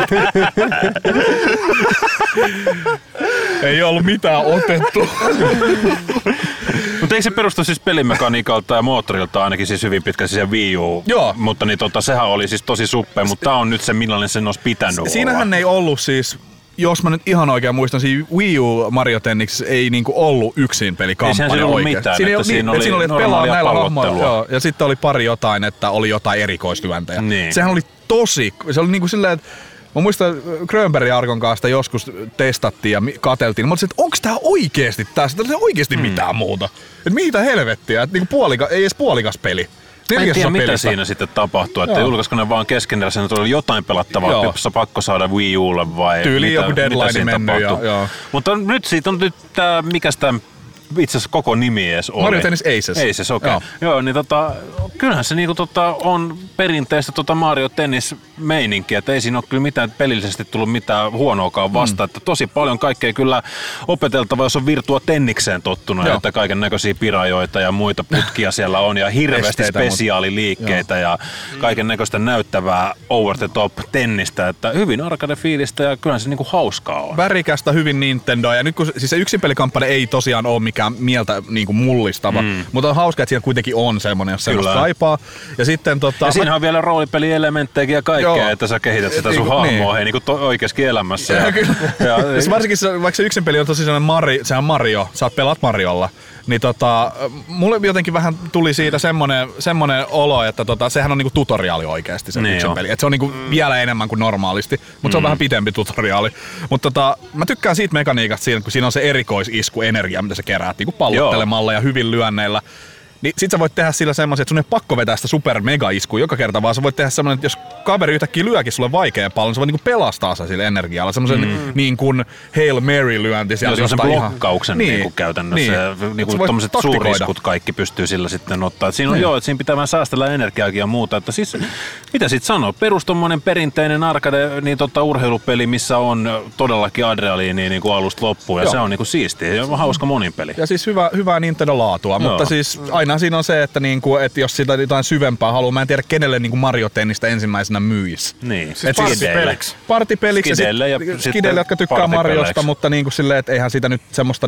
Ei ollut mitään otettu.
Mutta eikö se perustu siis pelimekaniikalta ja moottorilta ainakin siis hyvin pitkälti siihen Wii U?
Joo.
Mutta niin sehän oli siis tosi suppea, mutta tää on nyt se millainen sen olisi pitänyt olla.
Siinähän ei ollut siis... Jos mä nyt ihan oikein muistan, siinä Wii U Mario Tennis ei niinku ollut yksin pelikampanja oikeesti.
Siinä oli
pelaa näillä
pallottelua.
Joo, ja sitten oli pari jotain, että oli jotain erikoistyöntejä.
Niin.
Sehän oli se oli niinku silleen, että mä muistan Grönberg ja Arkon kanssa joskus testattiin ja katseltiin. Mä olisin, että onks tää oikeesti tässä? Tää on oikeesti mitään muuta. Et mitä helvettiä, että niinku ei edes puolikas peli.
En tiedä, mitä siinä sitten tapahtuu, että julkaisiko ne vaan keskeneräisenä, että oli jotain pelattavaa, että pakko saada Wii Ulle vai
tyyli joku deadline mennyt.
Mutta nyt siitä on tää, mikäs tää itse asiassa koko nimi edes oli.
Mario Tennis Aces.
Aces, okei. Okay. Joo, niin kyllähän se niinku on perinteistä Mario Tennis meininkiä, että ei siinä ole kyllä mitään pelillisesti tullut mitään huonoakaan vasta, että tosi paljon kaikkea kyllä opeteltavaa, jos on Virtua Tennikseen tottunut, että kaiken näköisiä pirajoita ja muita putkia siellä on ja hirveästi spesiaaliliikkeitä ja kaiken näköistä näyttävää over the top tennistä, että hyvin arcade-fiilistä ja kyllähän se niinku hauskaa on.
Värikästä, hyvin Nintendoa ja nyt kun siis se yksinpelikampanja ei tosiaan ole mikään mieltä niinku mullistava, mutta on hauska, että siinä kuitenkin on semmoinen, jos semmoista kaipaa. Ja sitten
ja siinähän on vielä roolipelielementtejäkin ja kaikkea, että sä kehität sitä sun hahmoa niin oikeassakin elämässä. Ja
varsinkin vaikka se yksin peli on tosi sellainen sehän Mario, sä pelaat Mariolla, niin mulle jotenkin vähän tuli siitä semmonen olo, että sehän on niinku tutoriaali oikeasti se yksin peli. Et se on niinku vielä enemmän kuin normaalisti, mutta se on vähän pitempi tutoriaali. Mutta mä tykkään siitä mekaniikasta siinä, kun siinä on se erikoisisku energia, mitä sä keräät niinku pallottelemalla ja hyvin lyönneillä. Niin sit sä voit tehdä sillä semmoisen, että sun ei pakko vetää sitä super mega iskua joka kerta, vaan sä voit tehdä semmoinen, että jos kaveri yhtäkkiä lyökin sulle vaikean pallon, niin sä voit niinku pelastaa sitä sillä energialla. Semmoisen niin kuin Hail Mary lyönti sieltä
jostain ihan... blokkauksen niinku käytännössä. Niinku tommoset suuriskut kaikki pystyy sillä sitten ottaa. Siinä on että siinä pitää vähän säästellä energiaakin ja muuta. Että siis, mitä sit sanoo? Perus tommonen perinteinen arcade niin urheilupeli, missä on todellakin adrenaliinia niinku alusta loppuun. Ja se on niinku siistiä ja hauska monin peli.
Ja siis hyvää Nintendo-laatua, mutta siis aina siinä on se, että jos sitä jotain syvempää haluaa, mä en tiedä kenelle Mario Tennistä ensimmäisenä myisi.
Niin,
siis partipeliksi ja skidelle, jotka tykkää Mariosta, mutta silleen, että eihän siitä nyt semmoista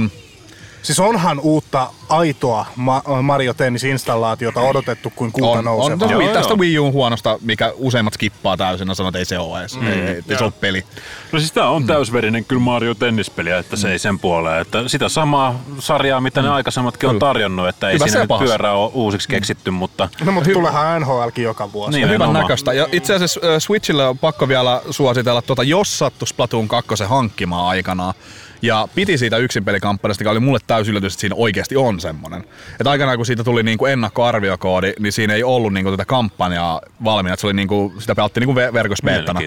Siis onhan uutta aitoa Mario Tennis-installaatiota odotettu kuin kuuta nousevaa.
On tästä Wii U:n huonosta, mikä useimmat skippaa täysin ja sanoo, että ei se ole edes. Ei se ole peli.
No siis tää on täysverinen kyllä Mario Tennis-peliä, että se ei sen puoleen. Että sitä samaa sarjaa, mitä ne aikaisemmatkin on tarjonnut, että ei siinä nyt pyörää ole uusiksi keksitty, mutta...
No mutta tuleehan NHLkin joka vuosi.
Niin, hyvän näköistä. Ja itse asiassa Switchille on pakko vielä suositella, jos sattuisi Splatoon 2 hankkimaan aikanaan. Ja piti siitä yksinpelikampanjasta, joka oli mulle täysin yllätys, että siinä oikeasti on semmonen. Että aikanaan kun siitä tuli niinku ennakkoarviokoodi, niin siinä ei ollut niinku tätä kampanjaa valmiina, että se oli niinku, sitä pelattiin niinku verkossa beettana.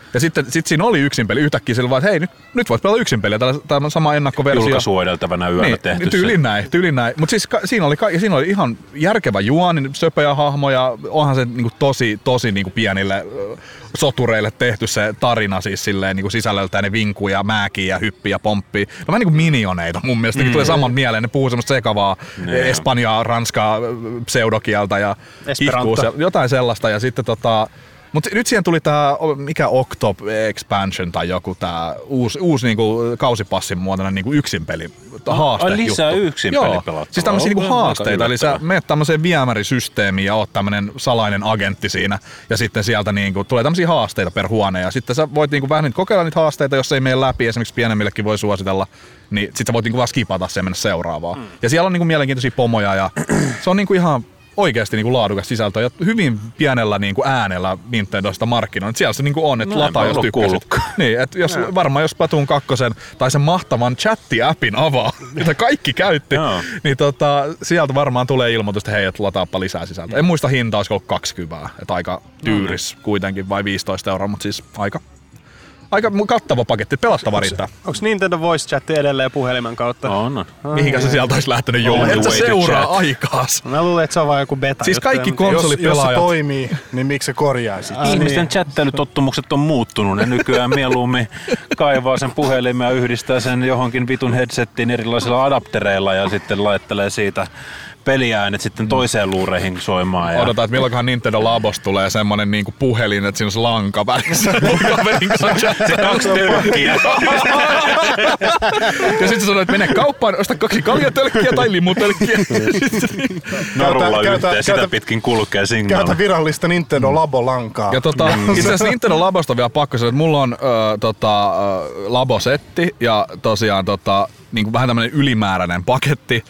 Ja sitten siinä oli yksin peli. Yhtäkkiä sillä vaan, että hei, nyt voisi pelata yksin peliä. Tämä sama ennakkoversio.
Julkaisua edeltävänä yönä
niin,
tehty
tyylin näin. Mutta siis siinä oli ihan järkevä juoni, söpöjä hahmoja. Onhan se niinku tosi niinku pienille sotureille tehty se tarina siis silleen niinku sisällöltään. Ne vinkuu ja määkii ja hyppii ja pomppii. No vähän niinku minioneita mun mielestä. Tulee saman mieleen. Ne puhuu semmoista sekavaa espanjaa, ranskaa, pseudokieltä ja hihkuu jotain sellaista. Ja sitten mutta nyt siihen tuli tää, mikä Octop Expansion tai joku tää uusi niinku kausipassin muotoinen niinku yksinpeli haaste.
Lisää yksinpeli pelattavaa.
Siis tämmöisiä niinku haasteita, eli sä menet tämmöiseen viemärisysteemiin ja oot tämmönen salainen agentti siinä ja sitten sieltä niinku tulee tämmöisiä haasteita per huone ja sitten sä voit niinku vähän kokeilla niitä haasteita, jos ei mene läpi, esimerkiksi pienemmillekin voi suositella, niin sit sä voit niinku vaan skipata sen ja mennä seuraavaan. Ja siellä on niinku mielenkiintoisia pomoja ja se on niinku ihan oikeasti niinku laadukas sisältö ja hyvin pienellä niinku äänellä Nintendosta markkinoin. Siellä se niinku on, että lataa jos tykkäsit. Niin, että varmaan jos Splatoon 2 tai sen mahtavan chatti-appin avaa, mitä kaikki käytti, niin sieltä varmaan tulee ilmoitus, että hei, että lataappa lisää sisältöä. En muista hintaa, olisiko ollut 20, että aika tyyris kuitenkin vai 15 €, mutta siis aika kattava paketti, pelattava riittää.
Onko Nintendo Voice Chat edelleen puhelimen kautta?
On.
Mihinkä se sieltä olisi lähtenyt jollain? Et sä seuraa aikaas.
Mä luulen, että se on vaan joku beta.
Siis kaikki konsolipelaajat.
Jos se toimii, niin miksi se korjaisi?
Ihmisten chattailytottumukset on muuttunut. Ne nykyään mieluummin kaivaa sen puhelimen ja yhdistää sen johonkin vitun headsettiin erilaisilla adaptereilla ja sitten laittelee siitä peliäänet sitten toiseen luureihin soimaan. Ja
odotaan, että milloinkohan Nintendo Labos tulee semmonen niinku puhelin, että siinä on se lanka välissä.
Se 2 tölkkiä.
Ja sitten sanoo, että mene kauppaan, osta 2 kaljatölkkiä tai limutölkkiä.
Narulla yhteen, sitä pitkin kulkee signaali.
Käytä virallista Nintendo Labo-lankaa.
Ja itse asiassa Nintendo Labosta on vielä pakko sanoa, että mulla on Labosetti ja tosiaan niinku vähän tämmönen ylimääräinen paketti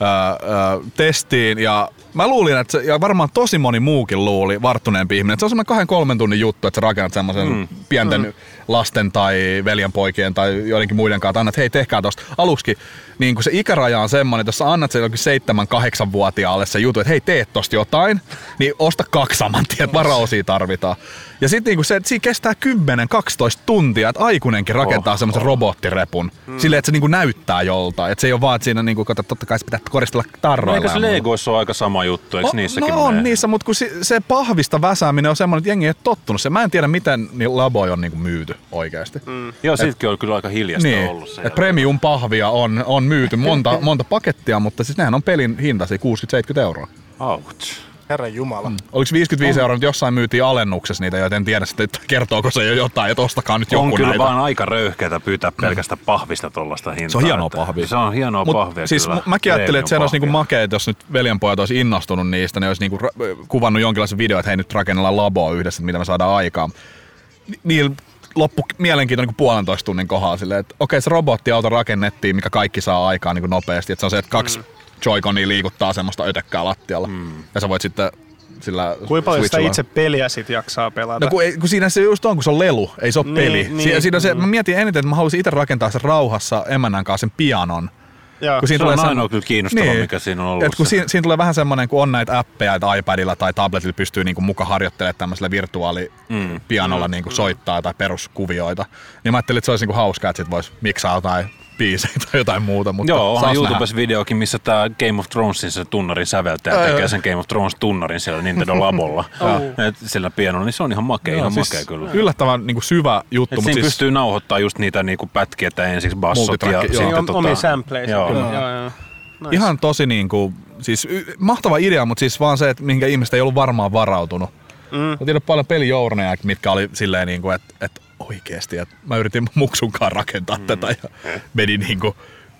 testiin ja mä luulin, että ja varmaan tosi moni muukin luuli, varttuneempi ihminen, että se on semmoinen 2-3 tunnin juttu, että sä rakennat semmoisen pienten lasten tai veljenpoikien tai joidenkin muiden kanssa, annat hei tehkää tosta aluksi, niin kun se ikäraja on semmoinen, että jos sä annat sen jokin 7-8-vuotiaalle se juttu, että hei teet tosta jotain, niin osta 2 saman tien, että varaosia tarvitaan. Ja sit niinku se, että siinä kestää 10-12 tuntia, että aikuinenkin rakentaa semmoisen robottirepun, silleen, että se niinku näyttää joltain, että se ei ole vaan, että siinä niinku, totta kai se pitää koristella tarroilla.
Eikö se Legoissa ole aika sama juttu, eikö niissäkin
no on niissä, mutta kun se pahvista väsääminen on semmoinen, että jengi ei ole tottunut se. Mä en tiedä, miten niin Laboja on niinku myyty oikeasti.
Joo, sitkin on kyllä aika hiljasta
niin,
ollut se.
Et premium pahvia on myyty monta pakettia, mutta siis nehän on pelin hinta, se 60-70 €.
Ouch.
Herran jumala.
Oliko 55 €, jossain myytiin alennuksessa niitä, joten en tiedä sitten, että kertooko se jo jotain, että ostakaa nyt joku
näitä. On kyllä
näitä.
vaan aika röyhkeätä pyytää pelkästä pahvista tollaista hintaa.
Se on hienoa pahvia.
Se on hienoa pahvia
siis
kyllä.
Mäkin ajattelin, että se olisi niinku makea, että jos nyt veljenpojat olisi innostunut niistä, ne olisi niinku kuvannut jonkinlaisen video, että hei nyt rakennellaan laboa yhdessä, mitä me saadaan aikaan. Niillä loppu mielenkiinto niin 1,5 tunnin kohdalla silleen, että okei, se robottiauto rakennettiin, mikä kaikki saa aikaan niin nopeasti. Että se on se, että 2 Joy-Conia liikuttaa semmoista ötökkää lattialla. Ja sä voit sitten sillä
kuinka paljon sitä itse peliä sit jaksaa pelata?
No kun siinä se just on, kun se on lelu, ei se ole peli. Siinä on se, mä mietin eniten, että mä haluaisin itse rakentaa sen rauhassa emännän kanssa sen pianon.
Joo,
se on ainoa kyllä kiinnostavaa, mikä siinä on ollut.
Et kun siinä tulee vähän semmoinen, kun on näitä appeja, että iPadilla tai tabletilla pystyy niinku muka harjoittelemaan tämmöisellä virtuaalipianolla niinku soittaa tai peruskuvioita. Niin mä ajattelin, että se olisi niinku hauskaa, että sit vois miksaa jotain biisejä tai jotain muuta. Mutta
joo, onhan YouTubessa videokin, missä tää Game of Thronesin se tunnarin säveltäjä tekee sen Game of Thrones tunnarin siellä Nintendo Labolla. Sillä pianolla, niin se on ihan makea,
siis
kyllä.
Yllättävän niinku syvä juttu.
Siinä siis pystyy nauhoittamaan just niitä niinku pätkiä, että ensiksi bassot ja sitten
omia sampleja. Joo.
Nice. Ihan tosi niinku, siis mahtava idea, mutta siis vaan se, että mihinkä ihmiset ei ollut varmaan varautunut. Mä tiedän paljon pelijourneja, mitkä oli silleen niinku, että oikeesti, että mä yritin muksunkaan rakentaa tätä ja meni niinku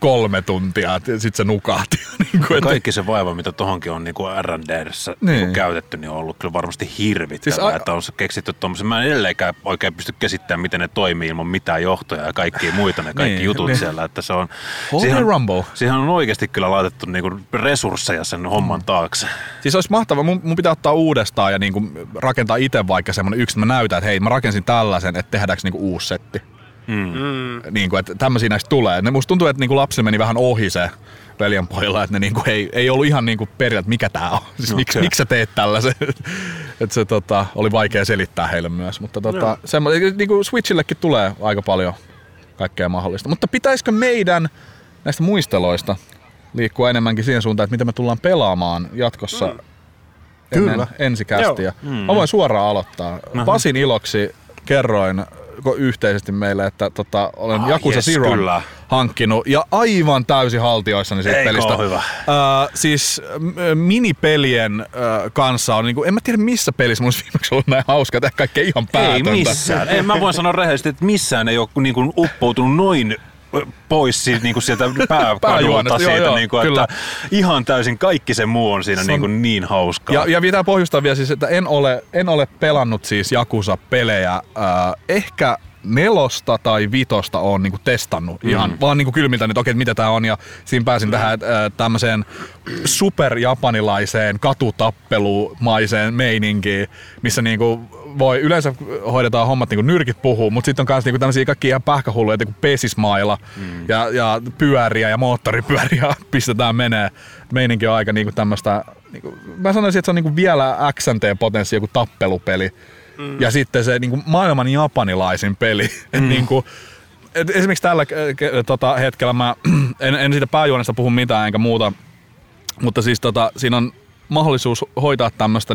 3 tuntia, että sit se nukahti. Niinku,
kaikki se vaiva, mitä tohonkin on niinku R&D:ssä niinku käytetty, niin on ollut kyllä varmasti hirvittävää, siis että on keksitty tommosen. Mä en edelleenkään oikein pysty käsittämään, miten ne toimii ilman mitään johtoja ja kaikkia muita, ne kaikki jutut siellä, että se on siihen on oikeasti kyllä laitettu niinku resursseja sen homman taakse. Siis
olisi mahtavaa, mun pitää ottaa uudestaan ja niinku rakentaa itse vaikka semmonen yksi, että mä näytän, että hei, mä rakensin tällaisen, että tehdäänkö niinku uusi setti. Niinku, että tämmöisiä näistä tulee. Ne musta tuntuu, että niinku lapsille meni vähän ohi se veljenpojilla, että ne niinku ei ollut ihan niinku periaat, mikä tää on. Siis miksi sä teet tällaisen? että se oli vaikea selittää heille myös. Mutta niinku Switchillekin tulee aika paljon kaikkea mahdollista. Mutta pitäisikö meidän näistä muisteloista liikkua enemmänkin siihen suuntaan, että mitä me tullaan pelaamaan jatkossa ennen ensikästiä? Mä voin suoraan aloittaa. Pasin iloksi kerroin yhteisesti meille, että olen Yakuza Zeron hankkinut ja aivan täysin haltioissani siitä pelistä.
Hyvä.
Siis minipelien kanssa on, en mä tiedä missä pelissä mun olisi viimeksi ollut näin hauska tehdä kaikkea ihan päätöntä.
Ei missään. Mä voin sanoa rehellisesti, että missään ei ole uppoutunut noin pois siitä, sieltä pääkadulta siitä, että ihan täysin kaikki se muu on siinä niin hauskaa. Ja pitää pohjustaa vielä siis, että en ole pelannut siis Yakuza-pelejä ehkä 4 tai 5 on testannut ihan vaan kylmiltä, että okei, mitä tää on, ja siinä pääsin tähän tämmöiseen superjapanilaiseen katutappelumaiseen meininkiin, missä voi yleensä hoidetaan hommat nyrkit puhuu, mutta sitten on myös tämmöisiä kaikki ihan pähkähulluja, kuin pesismailla ja pyöriä ja moottoripyöriä pistetään menee. Meininki on aika tämmöistä, mä sanoisin, että se on vielä XNT-potenssi joku tappelupeli. Ja sitten se maailman japanilaisin peli. Et esimerkiksi tällä hetkellä mä en siitä pääjuonesta puhu mitään enkä muuta, mutta siis siinä on mahdollisuus hoitaa tämmöistä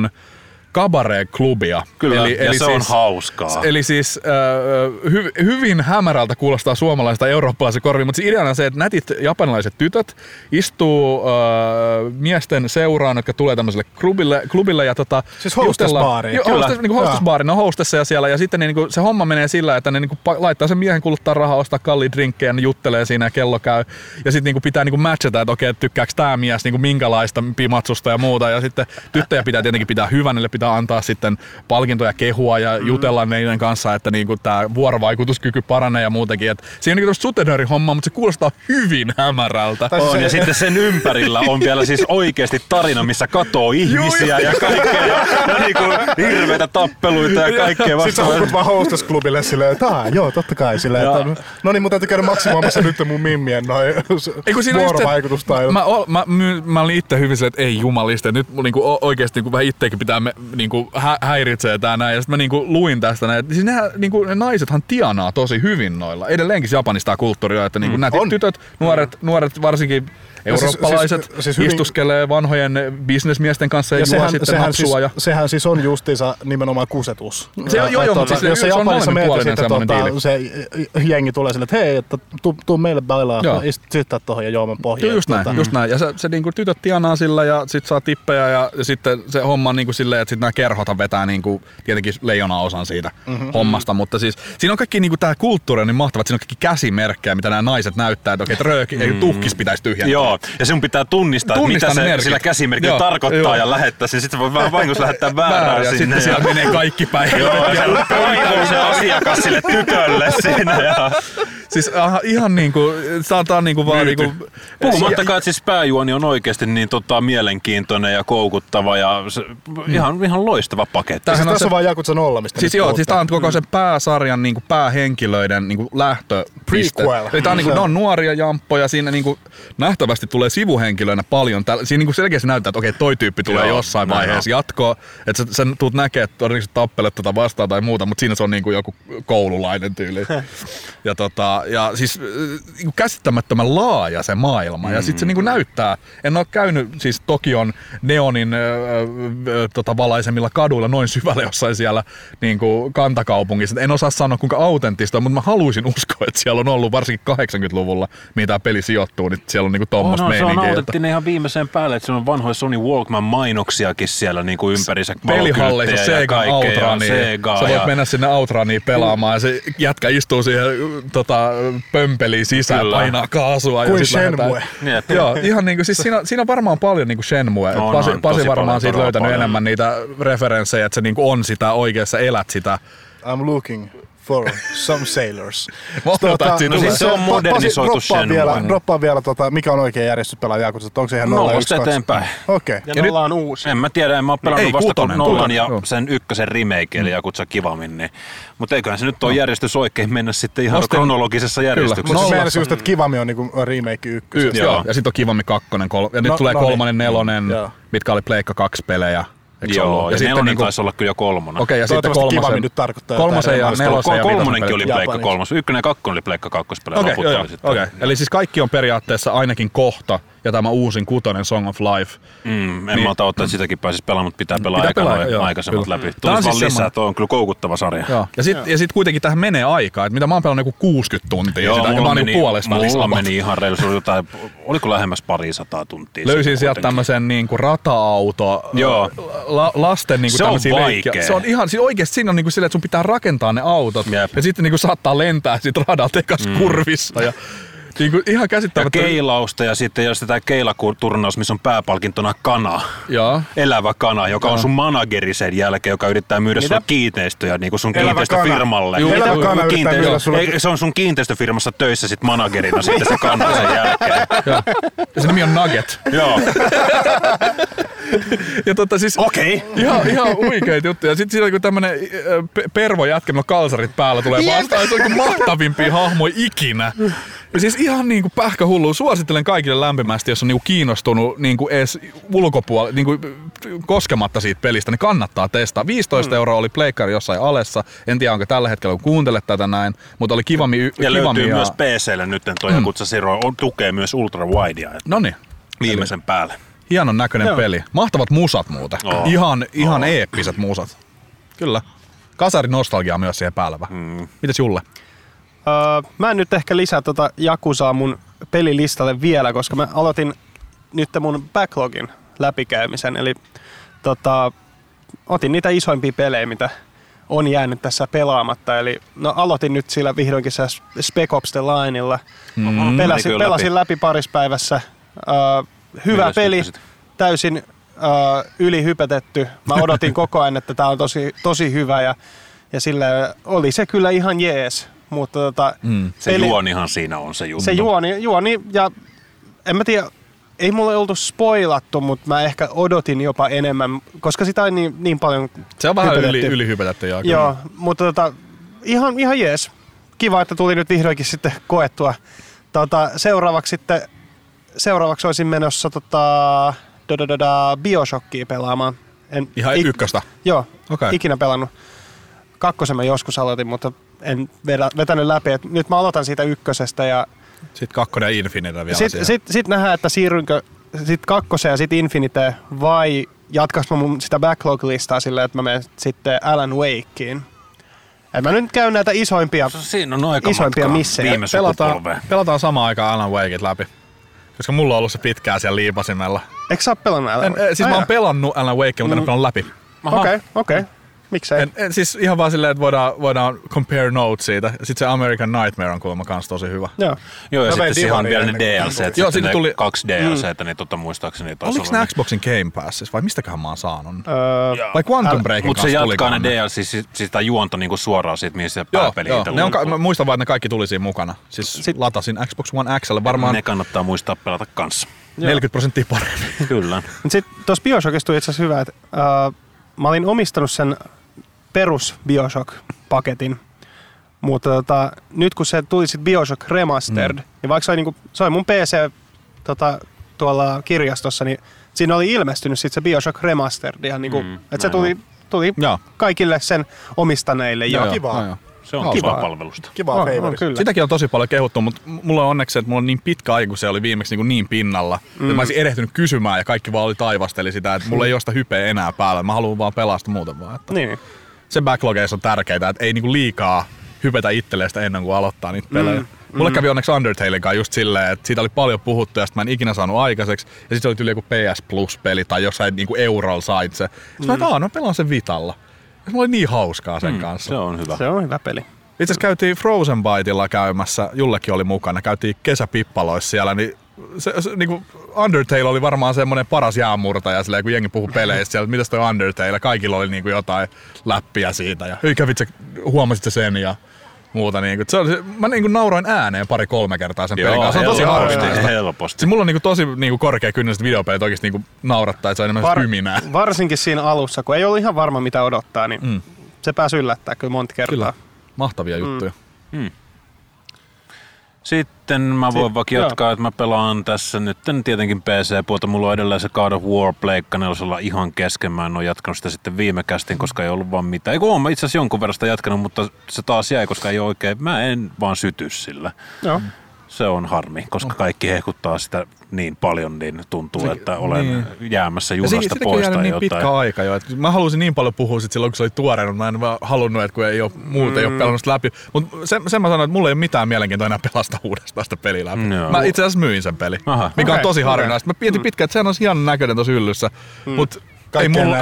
kabaree-klubia. Kyllä, eli se siis, on hauskaa.
Eli siis hyvin hämärältä kuulostaa suomalaista eurooppalaisen korviin, mutta se ideana on se, että nätit japanilaiset tytöt istuu miesten seuraan, jotka tulee tämmöiselle klubille ja
siis hostess-baari.
Hostess-baari, ne on hostesseja siellä ja sitten se homma menee sillä, että ne laittaa sen miehen kuluttaa rahaa, ostaa kalliit drinkkejä, ne juttelee siinä ja kello käy. Ja sitten pitää matchata, että okei, tykkääkö tää mies minkälaista pimatsusta ja muuta. Ja sitten tyttöjä pitää tietenkin pitää hyvän, pitää antaa sitten palkintoja, kehua ja jutella neiden kanssa, että tämä vuorovaikutuskyky paranee ja muutenkin. Et siinä on sutenöörin homma, mutta se kuulostaa hyvin hämärältä.
Ja sitten sen ympärillä on vielä siis oikeasti tarina, missä katoo ihmisiä ja kaikkea. Ja hirveitä tappeluita ja kaikkea vastaan.
Sitten sä hukut vaan hostess-klubille silleen, että totta kai silleen, että no niin, mun täytyy käydä maksimoimassa nyt mun mimmien vuorovaikutustaidot.
Mä olin itse hyvin silleen, että ei jumalista, nyt oikeasti vähän itsekin pitää häiritsee tää näin, ja sitten mä luin tästä näin, siis ne naisethan tienaa tosi hyvin noilla. Edelleenkin Japanissa tää kulttuuri on, että nätit tytöt, nuoret varsinkin eurooppalaiset siis istuskelee vanhojen bisnesmiesten kanssa ja juo sitten hapsua.
Sehän siis on justiinsa nimenomaan kusetus.
Jos
se Japanissa meitä sitten se jengi tulee sille, että hei, että tuu meille bailaa, sitten tohon ja juoman pohjaan.
Just näin. Ja se tytöt tienaa sillä ja sit saa tippejä ja sitten se homma on silleen, että sit nämä kerhothan vetää tietenkin leijonaosan siitä hommasta, mutta siis siinä on kaikki tää kulttuuri on niin mahtava, että siinä on kaikki käsimerkkejä, mitä nämä naiset näyttää, että okei, rööki, tuhkis pitäisi tyhjentää.
Joo, ja sinun pitää tunnistaa mitä se sillä käsimerkillä tarkoittaa ja lähettää sen. Sitten voi vähän vahingossa lähettää väärää sinne.
Sitten siellä menee kaikki päin.
Joo, ja se asiakas sille tytölle siinä.
Siis ihan saadaan vaan
puhumattakaan, että siis pääjuoni on oikeasti niin mielenkiintoinen ja koukuttava ja ihan loistava paketti.
Tässä on vaan Yakuza 0, mistä
siis siis tää on koko sen pääsarjan päähenkilöiden lähtöpiste. Eli tää on ne on nuoria jamppoja, siinä nähtävästi tulee sivuhenkilöinä paljon. Siinä selkeästi näyttää, että okei, toi tyyppi tulee jossain vaiheessa jatkoa, että sen tulet näkee, että todennäköisesti tappelet vastaan tai muuta, mutta siinä se on joku koululainen tyyli. Ja siis käsittämättömän laaja se maailma. Ja sitten se näyttää, en ole käynyt siis Tokion neonin valaisemilla kaduilla noin syvällä jossain siellä kantakaupungissa. En osaa sanoa kuinka autenttista, mutta mä haluaisin uskoa, että siellä on ollut varsinkin 80-luvulla, mihin tämä peli sijoittuu, niin siellä on tommoista meininkiä.
Se on autenttinen ihan viimeiseen päälle, että se on vanhoja Sony Walkman-mainoksiakin siellä ympärissä.
Pelihalleissa Sega Outrania. Sä voit mennä sinne Outraniin pelaamaan ja se jätkä istuu siihen pömpeliin sisään, painaa kaasua.
Kuin Shenmue.
Joo, ihan siis siinä on varmaan paljon Shenmue. Pasi varmaan siitä löytänyt enemmän niitä referenssejä, että se on sitä oikeassa, elät sitä.
I'm looking for some sailors.
Siis se on modernisoitu Shenmue.
Droppaa vielä, mikä on oikea järjestys pelaa Yakuza. Onko se ihan 0, 1, 2?
Eteenpäin.
Okei.
Ja 0 on uusi.
En mä tiedä, en mä oo pelannut vasta kun 0 ja sen ykkösen remake, eli Yakuza Kiwamin. Niin. Mutta eiköhän se nyt ole järjestys oikein mennä sitten ihan kronologisessa järjestyksessä.
Mutta se mielestä just, että Kiwami on remake ykkösestä.
Joo, ja sitten on Kiwami 2, ja nyt tulee 3, 4, mitkä oli Pleikka 2 pelejä. eikö se
Joo,
ollut?
ja nelonen taisi olla kyllä jo 3.
Okei, ja sitten
Toivottavasti
kolmosen.
kivammin nyt tarkoittaa
Kolmosen ja
jotain
nelosen ja
Kolmonenkin oli
vitosen
Pleikka
Japaniksi.
3. 1 ja 2 oli Pleikka 2 pelejä.
Okei. Eli siis kaikki on periaatteessa ainakin kohta, ja tämä uusin 6 Song of Life.
En malta ottaa, että sitäkin pääsis pelaamaan, mutta pitää pelaa aikaisemmat läpi.
Tää on
Tulisi vaan
siis
lisää, tuo on kyllä koukuttava sarja.
Joo. Ja sit kuitenkin tähän menee aikaa, että mitä mä oon pelannut joku 60 tuntia, sitä, ja mä oon niinku puolessa välissä.
Mulla meni ihan reilu, se oli jotain, oliko lähemmäs 200 tuntia.
Löysin sieltä tämmösen niinku rata-auto,
Joo.
lasten niinku
Se on
tämmösiä
vaikea.
Se on ihan, siis oikeesti siinä on niinku silleen, että sun pitää rakentaa ne autot,
Jep.
ja sitten niinku saattaa lentää sit radalta ekas kurvissa, ja niinku ihan
Ja
käsittämättä.
keilausta ja sitten jos tämä keilaturnaus, missä on pääpalkintona kana.
Joo.
Elävä kana, joka on sun manageri sen jälkeen, joka yrittää myydä sulle kiinteistöjä niin kuin sun
Elävä
kiinteistöfirmalle.
kana. Elävä kana yrittää myydä sulle.
Ei, se on sun kiinteistöfirmassa töissä sit managerina sitten se kana sen jälkeen.
Ja se nimi on Nugget.
Joo.
Ja siis
Okei.
ihan huikeita juttuja. Sitten siinä kun tämmönen pervo jätkä, no kalsarit päällä tulee vastaan, se on kuin mahtavimpia hahmoja ikinä. Ja siis ihan niinku pähkähullu. Suosittelen kaikille lämpimästi, jos on niinku kiinnostunut niinku edes ulkopuolella, niinku koskematta siitä pelistä, niin kannattaa testaa. 15 € oli pleikkari jossain alessa. En tiedä, onko tällä hetkellä, kun kuuntelet tätä näin, mutta oli kivammin.
Ja löytyy myös PC:lle nyt tuo Yakuza Zero, tukee myös ultra widea
Noniin.
viimeisen päälle.
Hienon näköinen peli. Mahtavat musat muuten.
Oo.
Ihan eeppiset musat. Kyllä. Kasarin-nostalgia myös siihen päällä vähän. Mitäs Julle?
Mä en nyt ehkä lisää tota Yakuzaa mun pelilistalle vielä, koska mä aloitin nyt mun backlogin läpikäymisen. Eli otin niitä isoimpia pelejä, mitä on jäänyt tässä pelaamatta. Eli aloitin nyt sillä vihdoinkin se Spec Ops The Lineilla. Pelasin läpi parissa päivässä. Hyvä
Milles
peli,
tykkäsit? täysin
ylihypätetty. Mä odotin koko ajan, että tää on tosi hyvä ja sillä oli se kyllä ihan jees. Mutta
Se juonihan siinä on se juttu.
Se juoni ja en mä tiedä, ei mulle oltu spoilattu, mutta mä ehkä odotin jopa enemmän, koska sitä on niin paljon
Se on vähän
hypätetty.
ylihypätetty.
Joo, mutta ihan jees. Kiva, että tuli nyt vihdoinkin sitten koettua. Seuraavaksi olisin menossa BioShockia pelaamaan.
Ihan ykköstä?
Joo,
Okei.
ikinä pelannut. 2 mä joskus aloitin, mutta en vetänyt läpi. Et nyt mä aloitan siitä 1 ja
Sitten 2 ja Infinite vielä
Sitten nähdään, että siirrynkö sit 2 ja sitten Infinite vai jatkaks mä mun sitä backlog-listaa silleen, että mä menen sitten Alan Wakeen. Et mä nyt käyn näitä isoimpia
Siinä on aika
isoimpia
matkaa
missejä.
viime sukupolveen.
Pelataan samaan aikaan Alan Wakeit läpi. Koska mulla on ollut se pitkään siellä liipasimella.
Eikö sä oo pelannut Alan Wake?
Siis mä oon pelannut Alan Wakea, mutta en ole pelannut läpi.
Okei. Miksei?
Siis ihan vaan silleen, että voidaan compare notes siitä. Sitten se American Nightmare on kuulemma kans tosi hyvä.
Joo.
Joo, ja
Mä vein
sitten siihen on vielä ne
divaria
DLC,
Joo,
sitten ne
tuli
2 DLCtä, niin muistaakseni taisi
Oliko
olla.
ne Xboxin Game Passissa vai mistäköhän mä oon saanut?
Öö,
Vai Quantum Breakin
Mutta se
kanssa
jatkaa ne
tulikohan
DLC, siis sitä juonta niinku suoraan siitä, mihin se
Joo,
pääpeli itse
ne on, mä muistan vaan, että ne kaikki tuli siinä mukana. Siis latasin Xbox One X:lle varmaan
Ne kannattaa muistaa pelata kanssa.
40% paremmin.
Kyllä.
Sitten tuossa BioShockissa tuli itse asiassa hyvä, että mä olin omistanut sen perus BioShock-paketin, mutta nyt kun se tuli sitten BioShock Remastered, niin vaikka se oli mun PC tuolla kirjastossa, niin siinä oli ilmestynyt sitten se BioShock Remastered ihan että se tuli
Joo.
kaikille sen omistaneille.
Joo, joo.
Kivaa.
Joo, joo.
Se on kivaa palvelusta.
Kivaa
On
favorit.
kyllä.
Sitäkin on tosi paljon kehuttu, mutta mulla on onneksi, että mulla on niin pitkä aika, kun se oli viimeksi niin pinnalla. Että mä olisin erehtynyt kysymään ja kaikki vaan oli taivasteli sitä, että mulla ei ole sitä hypeä enää päällä. Mä haluan vaan pelasta muuten vaan. Että
Niin.
se backlogeissa on tärkeää, että ei niinku liikaa hypetä itselleen sitä ennen kuin aloittaa niitä pelejä. Mulle kävi onneksi Undertalen kanssa just silleen, että siitä oli paljon puhuttu ja sit mä en ikinä saanut aikaiseksi. Ja sit se oli tyyli joku PS Plus-peli tai jossain niinku eurolla sait se. Sitten mä pelaan sen Vitalla. Ja mulla oli niin hauskaa sen kanssa.
Se on hyvä.
Se on hyvä peli.
Itse asiassa käytiin Frozen Byteilla käymässä, Jullekin oli mukana, käytiin kesäpippaloissa siellä, niin se niinku Undertale oli varmaan semmoinen paras jäänmurtaja, silleen, kun jengi puhui peleistä siellä, että mitäs toi Undertale, kaikilla oli niinku jotain läppiä siitä ja hyi kävit huomasit sen ja muuta. Niinku. Mä niinku nauroin ääneen 2-3 kertaa sen pelin kanssa, se on tosi harvinaista.
Helposti.
Siis mulla on niinku tosi niinku korkea kynnys, että videopelit oikeesti niinku naurattaa, että se on enemmän hyminää.
Varsinkin siinä alussa, kun ei ollut ihan varma mitä odottaa, niin se pääsi yllättää kyllä monta kertaa.
Kyllä, mahtavia juttuja.
Sitten mä voin vaikka jatkaa, että mä pelaan tässä nyt tietenkin PC-puolta. Mulla on edelleen se God of War Pleikka 4 ihan kesken. Mä en ole jatkanut sitä sitten viime kästin, koska ei ollut vaan mitään. Eikö mä itse asiassa jonkun verran sitä jatkanut, mutta se taas jäi, koska ei oikein. Mä en vaan syty sillä. Joo. Se on harmi, koska kaikki hehkuttaa sitä niin paljon, niin tuntuu, että olen jäämässä junasta pois tai
niin
jotain.
Pitkä aika jo. Mä halusin niin paljon puhua sit silloin, kun se oli tuoreena, mä en vaan halunnut, että kun ei ole pelannut läpi. Mutta sen mä sanoin, että mulla ei ole mitään mielenkiintoa enää pelastaa uudestaan sitä peliä läpi. Mä itse asiassa myin sen peli, mikä on tosi harvinaista. Mä mietin pitkään, että sehän on hienon näköinen tossa hyllyssä, mutta ei mulla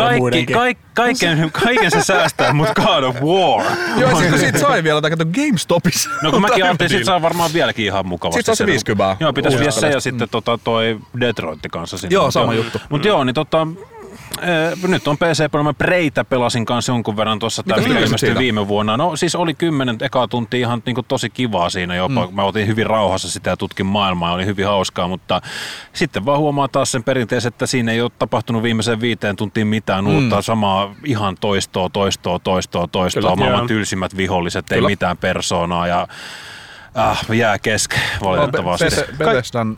kaiken se säästää, mutta God of War.
Joo, siitä sai vielä GameStopissa.
No kun mäkin ajattelin, sit saa varmaan vieläkin ihan mukavasti.
Sit saa se 50.
Joo, pitäisi viedä se ja sitten toi Detroit kanssa sinne.
Joo, sama juttu.
Mut joo, niin nyt on PC-pelaamaan Preitä pelasin kanssa jonkun verran tuossa. Tämä ilmestyi viime vuonna. No siis oli 10 ekaa tuntia ihan niin kuin tosi kivaa siinä jopa. Mä otin hyvin rauhassa sitä ja tutkin maailmaa. Oli hyvin hauskaa, mutta sitten vaan huomaa taas sen perinteisen, että siinä ei ole tapahtunut viimeiseen 5 tuntiin mitään uutta. Samaa ihan toistoa. Maailman tylsimmät viholliset, ei mitään persoonaa ja jää kesken valitettavasti.
Bethesdan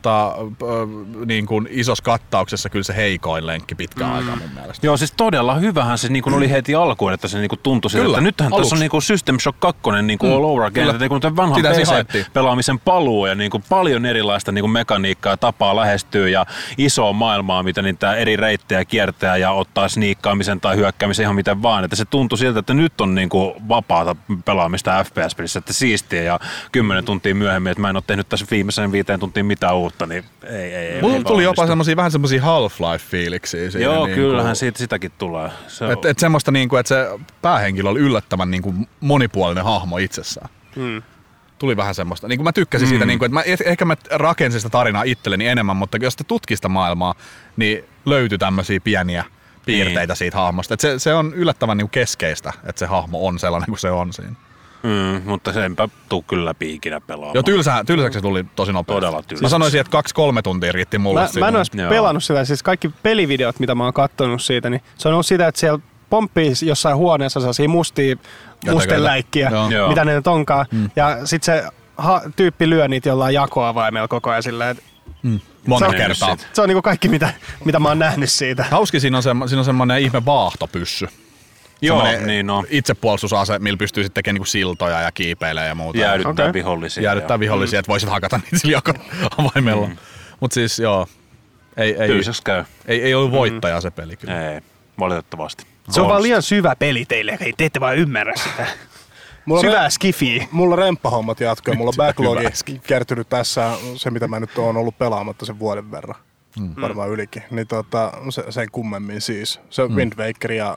niin kuin isossa kattauksessa kyllä se heikoin lenkki pitkään aikaa mun mielestä.
Joo, siis todella hyvähän se niin kuin oli heti alkuun, että se niin kuin tuntui siltä, että nythän tässä on niin kuin System Shock 2 niin kuin all over again, että kun vanhan PC-pelaamisen paluu ja niin kuin paljon erilaista niin kuin mekaniikkaa, tapaa lähestyä ja isoa maailmaa, mitä niitä eri reittejä kiertää ja ottaa sniikkaamisen tai hyökkäämisen ihan miten vaan, että se tuntui siltä, että nyt on niin kuin vapaata pelaamista FPS-pelissä, että siistiä ja 10 tuntia myöhemmin, että mä en ole tehnyt tässä viimeisen 5 tuntiin mitään uutta, niin ei.
Mulla tuli jopa vähän semmosia Half-Life-fiiliksiä siinä.
Joo,
niin
kyllähän sitäkin tulee.
Et semmoista niinku, että se päähenkilö oli yllättävän niinku monipuolinen hahmo itsessään. Tuli vähän semmoista. Niinku mä tykkäsin siitä, niinku, että ehkä mä rakensin sitä tarinaa itselleni enemmän, mutta jos te tutkista maailmaa, niin löytyi tämmöisiä pieniä piirteitä siitä hahmosta. Et se on yllättävän niinku keskeistä, että se hahmo on sellainen kuin se on siinä.
Mutta senpä tuu kyllä läpi ikinä pelaamaan.
Joo, tylsäksi se tuli tosi nopeasti.
Todella tylsäksi.
Mä sanoisin, että 2-3 tuntia riitti mulle.
Mä en olisi pelannut sitä. Siis kaikki pelivideot, mitä mä oon katsonut siitä, niin se on ollut sitä, että siellä pomppii jossain huoneessa sellaisia mustenläikkiä, mitä ne nyt onkaan. Ja sit se tyyppi lyö niitä jollain jakoavaimella koko ajan silleen,
monta kertaa.
Se on niinku kaikki, mitä mä oon nähnyt siitä.
Hauski, siinä on semmoinen ihme vaahtopyssy.
Joo, niin on.
Itsepuolustusase, millä pystyy sitten tekemään niinku siltoja ja kiipeilemään ja muuta.
Jäädyttää vihollisia.
Että voisit hakata niitä sillä avaimella. Mut siis joo, ei ollut voittaja se peli kyllä.
Ei, valitettavasti.
Se on vaan liian syvä peli teille, ei te ette vaan ymmärrä sitä. Syvää skifiä.
Mulla remppahommat jatkuu, mulla on backlogi kertynyt tässä, se mitä mä nyt oon ollut pelaamatta sen vuoden verran. Varmaan ylikin. Niin sen kummemmin siis. Se Wind Waker ja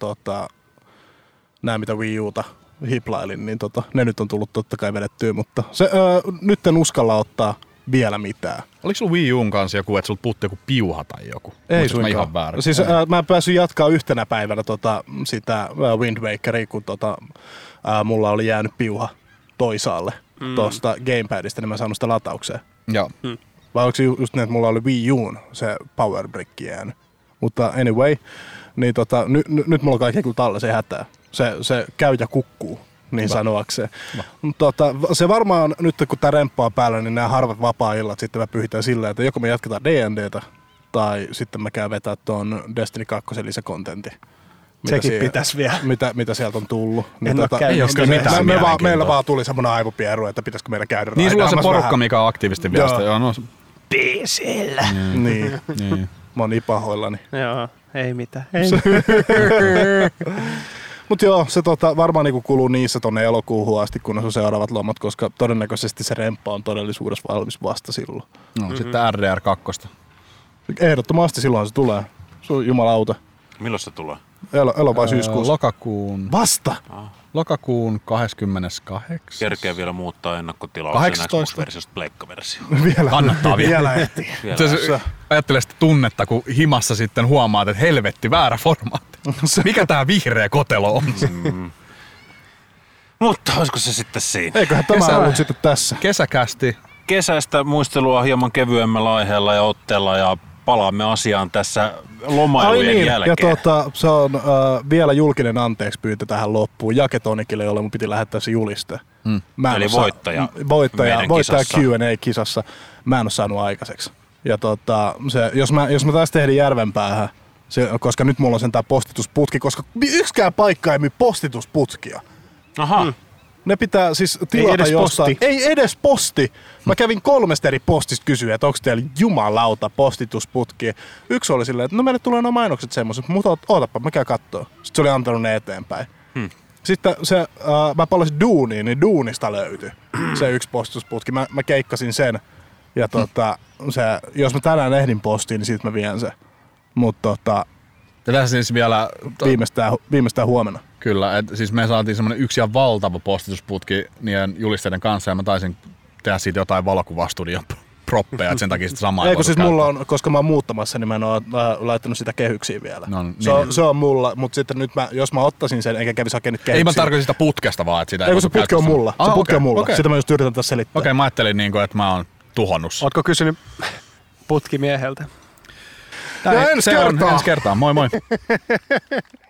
nämä mitä Wii Uta hiplailin, niin ne nyt on tullut totta kai vedettyä, mutta nyt en uskalla ottaa vielä mitään.
Oliko sulla Wii Uun kanssa joku, että sulta puuttui joku piuha tai joku?
Ei suinkaan. Siis mä pääsin jatkaa yhtenä päivänä sitä Wind Wakeria, kun mulla oli jäänyt piuha toisaalle tuosta gamepadista, niin mä saanut sitä lataukseen.
Joo.
Vai oliko se just niin, että mulla oli Wii Uun se powerbrick jäänyt. Mutta anyway, niin nyt mulla on kaikki kyllä tallessa hätää. Se käy ja kukkuu, niin sanoakseen. Se varmaan nyt kun tää remppa on päällä, niin nämä harvat vapaa-illat sitten mä pyhitän sillä, että joko me jatketaan D&Dtä tai sitten mä käyn vetää ton Destiny 2 lisäkontentin.
Sekin pitäisi vielä.
Mitä sieltä on tullut.
Niin ei ole kyllä mitään
meillä vaan tuli semmoinen aivopieru, että pitäisikö meidän käydä.
Niin sulla on se porukka, vähän. Mikä on aktiivisesti viasta. Joo, no.
PC:llä.
Niin. Mä oon niin pahoillani.
Joo, ei mitään.
Mut joo, se varmaan niinku kuluu niissä tonne elokuuhun asti, kun on seuraavat lomat, koska todennäköisesti se remppa on todellisuudessa valmis vasta silloin.
No, sitten RDR2.
Ehdottomasti silloin se tulee. Se on jumalauta.
Milloin se tulee?
Elo vai syyskuussa?
Lokakuun.
Vasta?
Lokakuun 28.
Kerkee vielä muuttaa ennakkotilauksen Xbox-versiosta pleikkaversioon.
Kannattaa
vielä ehtii.
Ajattele sitä tunnetta, kun himassa sitten huomaat, että helvetti, väärä formaatti. Mikä tää vihreä kotelo on?
Mutta olisiko se sitten siinä?
Eiköhän tämä ollut sitten tässä.
Kesäkästi.
Kesäistä muistelua hieman kevyemmällä aiheella ja otteella ja palaamme asiaan tässä lomailujen jälkeen.
Ja se on vielä julkinen anteeksi pyyntö tähän loppuun Jaketonikille, jolle mun piti lähettää se juliste.
Eli
voittaja Q&A-kisassa. Mä en ole saanut aikaiseksi. Ja jos mä tästä tehdin Järvenpäähän, koska nyt mulla on sentään postitusputki, koska yksikään paikka ei myy postitusputkia.
Aha.
Ne pitää siis tilata jostain. Ei edes posti. Mä kävin 3 eri postista kysyä, että onko teillä jumalauta postitusputki. Yksi oli silleen, että no meille tulee nuo mainokset semmoiset, mutta ootapa, mä käyn kattoo. Sitten se oli antanut ne eteenpäin. Sitten mä palasin duuniin, niin duunista löytyi se yksi postitusputki. Mä keikkasin sen. Ja jos mä tänään ehdin postiin, niin siitä mä vien se. Mutta
tässä siis vielä
viimeistään huomenna.
Kyllä, siis me saatiin semmoinen yksi ja valtava postitusputki niiden julisteiden kanssa ja mä taisin tehdä siitä jotain valokuvastudion proppeja, että sen takia sitä samaa
ei kun siis mulla on, koska mä oon muuttamassa, niin mä en oo laittanut sitä kehyksiin vielä. No, niin. Se on mulla, mutta sitten nyt jos mä ottaisin sen, enkä kävisi hakemaan nyt kehyksiin.
Ei mä tarkoitin sitä putkesta vaan, että sitä
ei kun se putki on mulla. Se putki on mulla. Okay. Sitä mä just yritän tässä selittää.
Okei, mä ajattelin että mä oon tuhonnut.
Ootko kysynyt putkimieheltä?
Ja ensi kertaa.
Moi moi.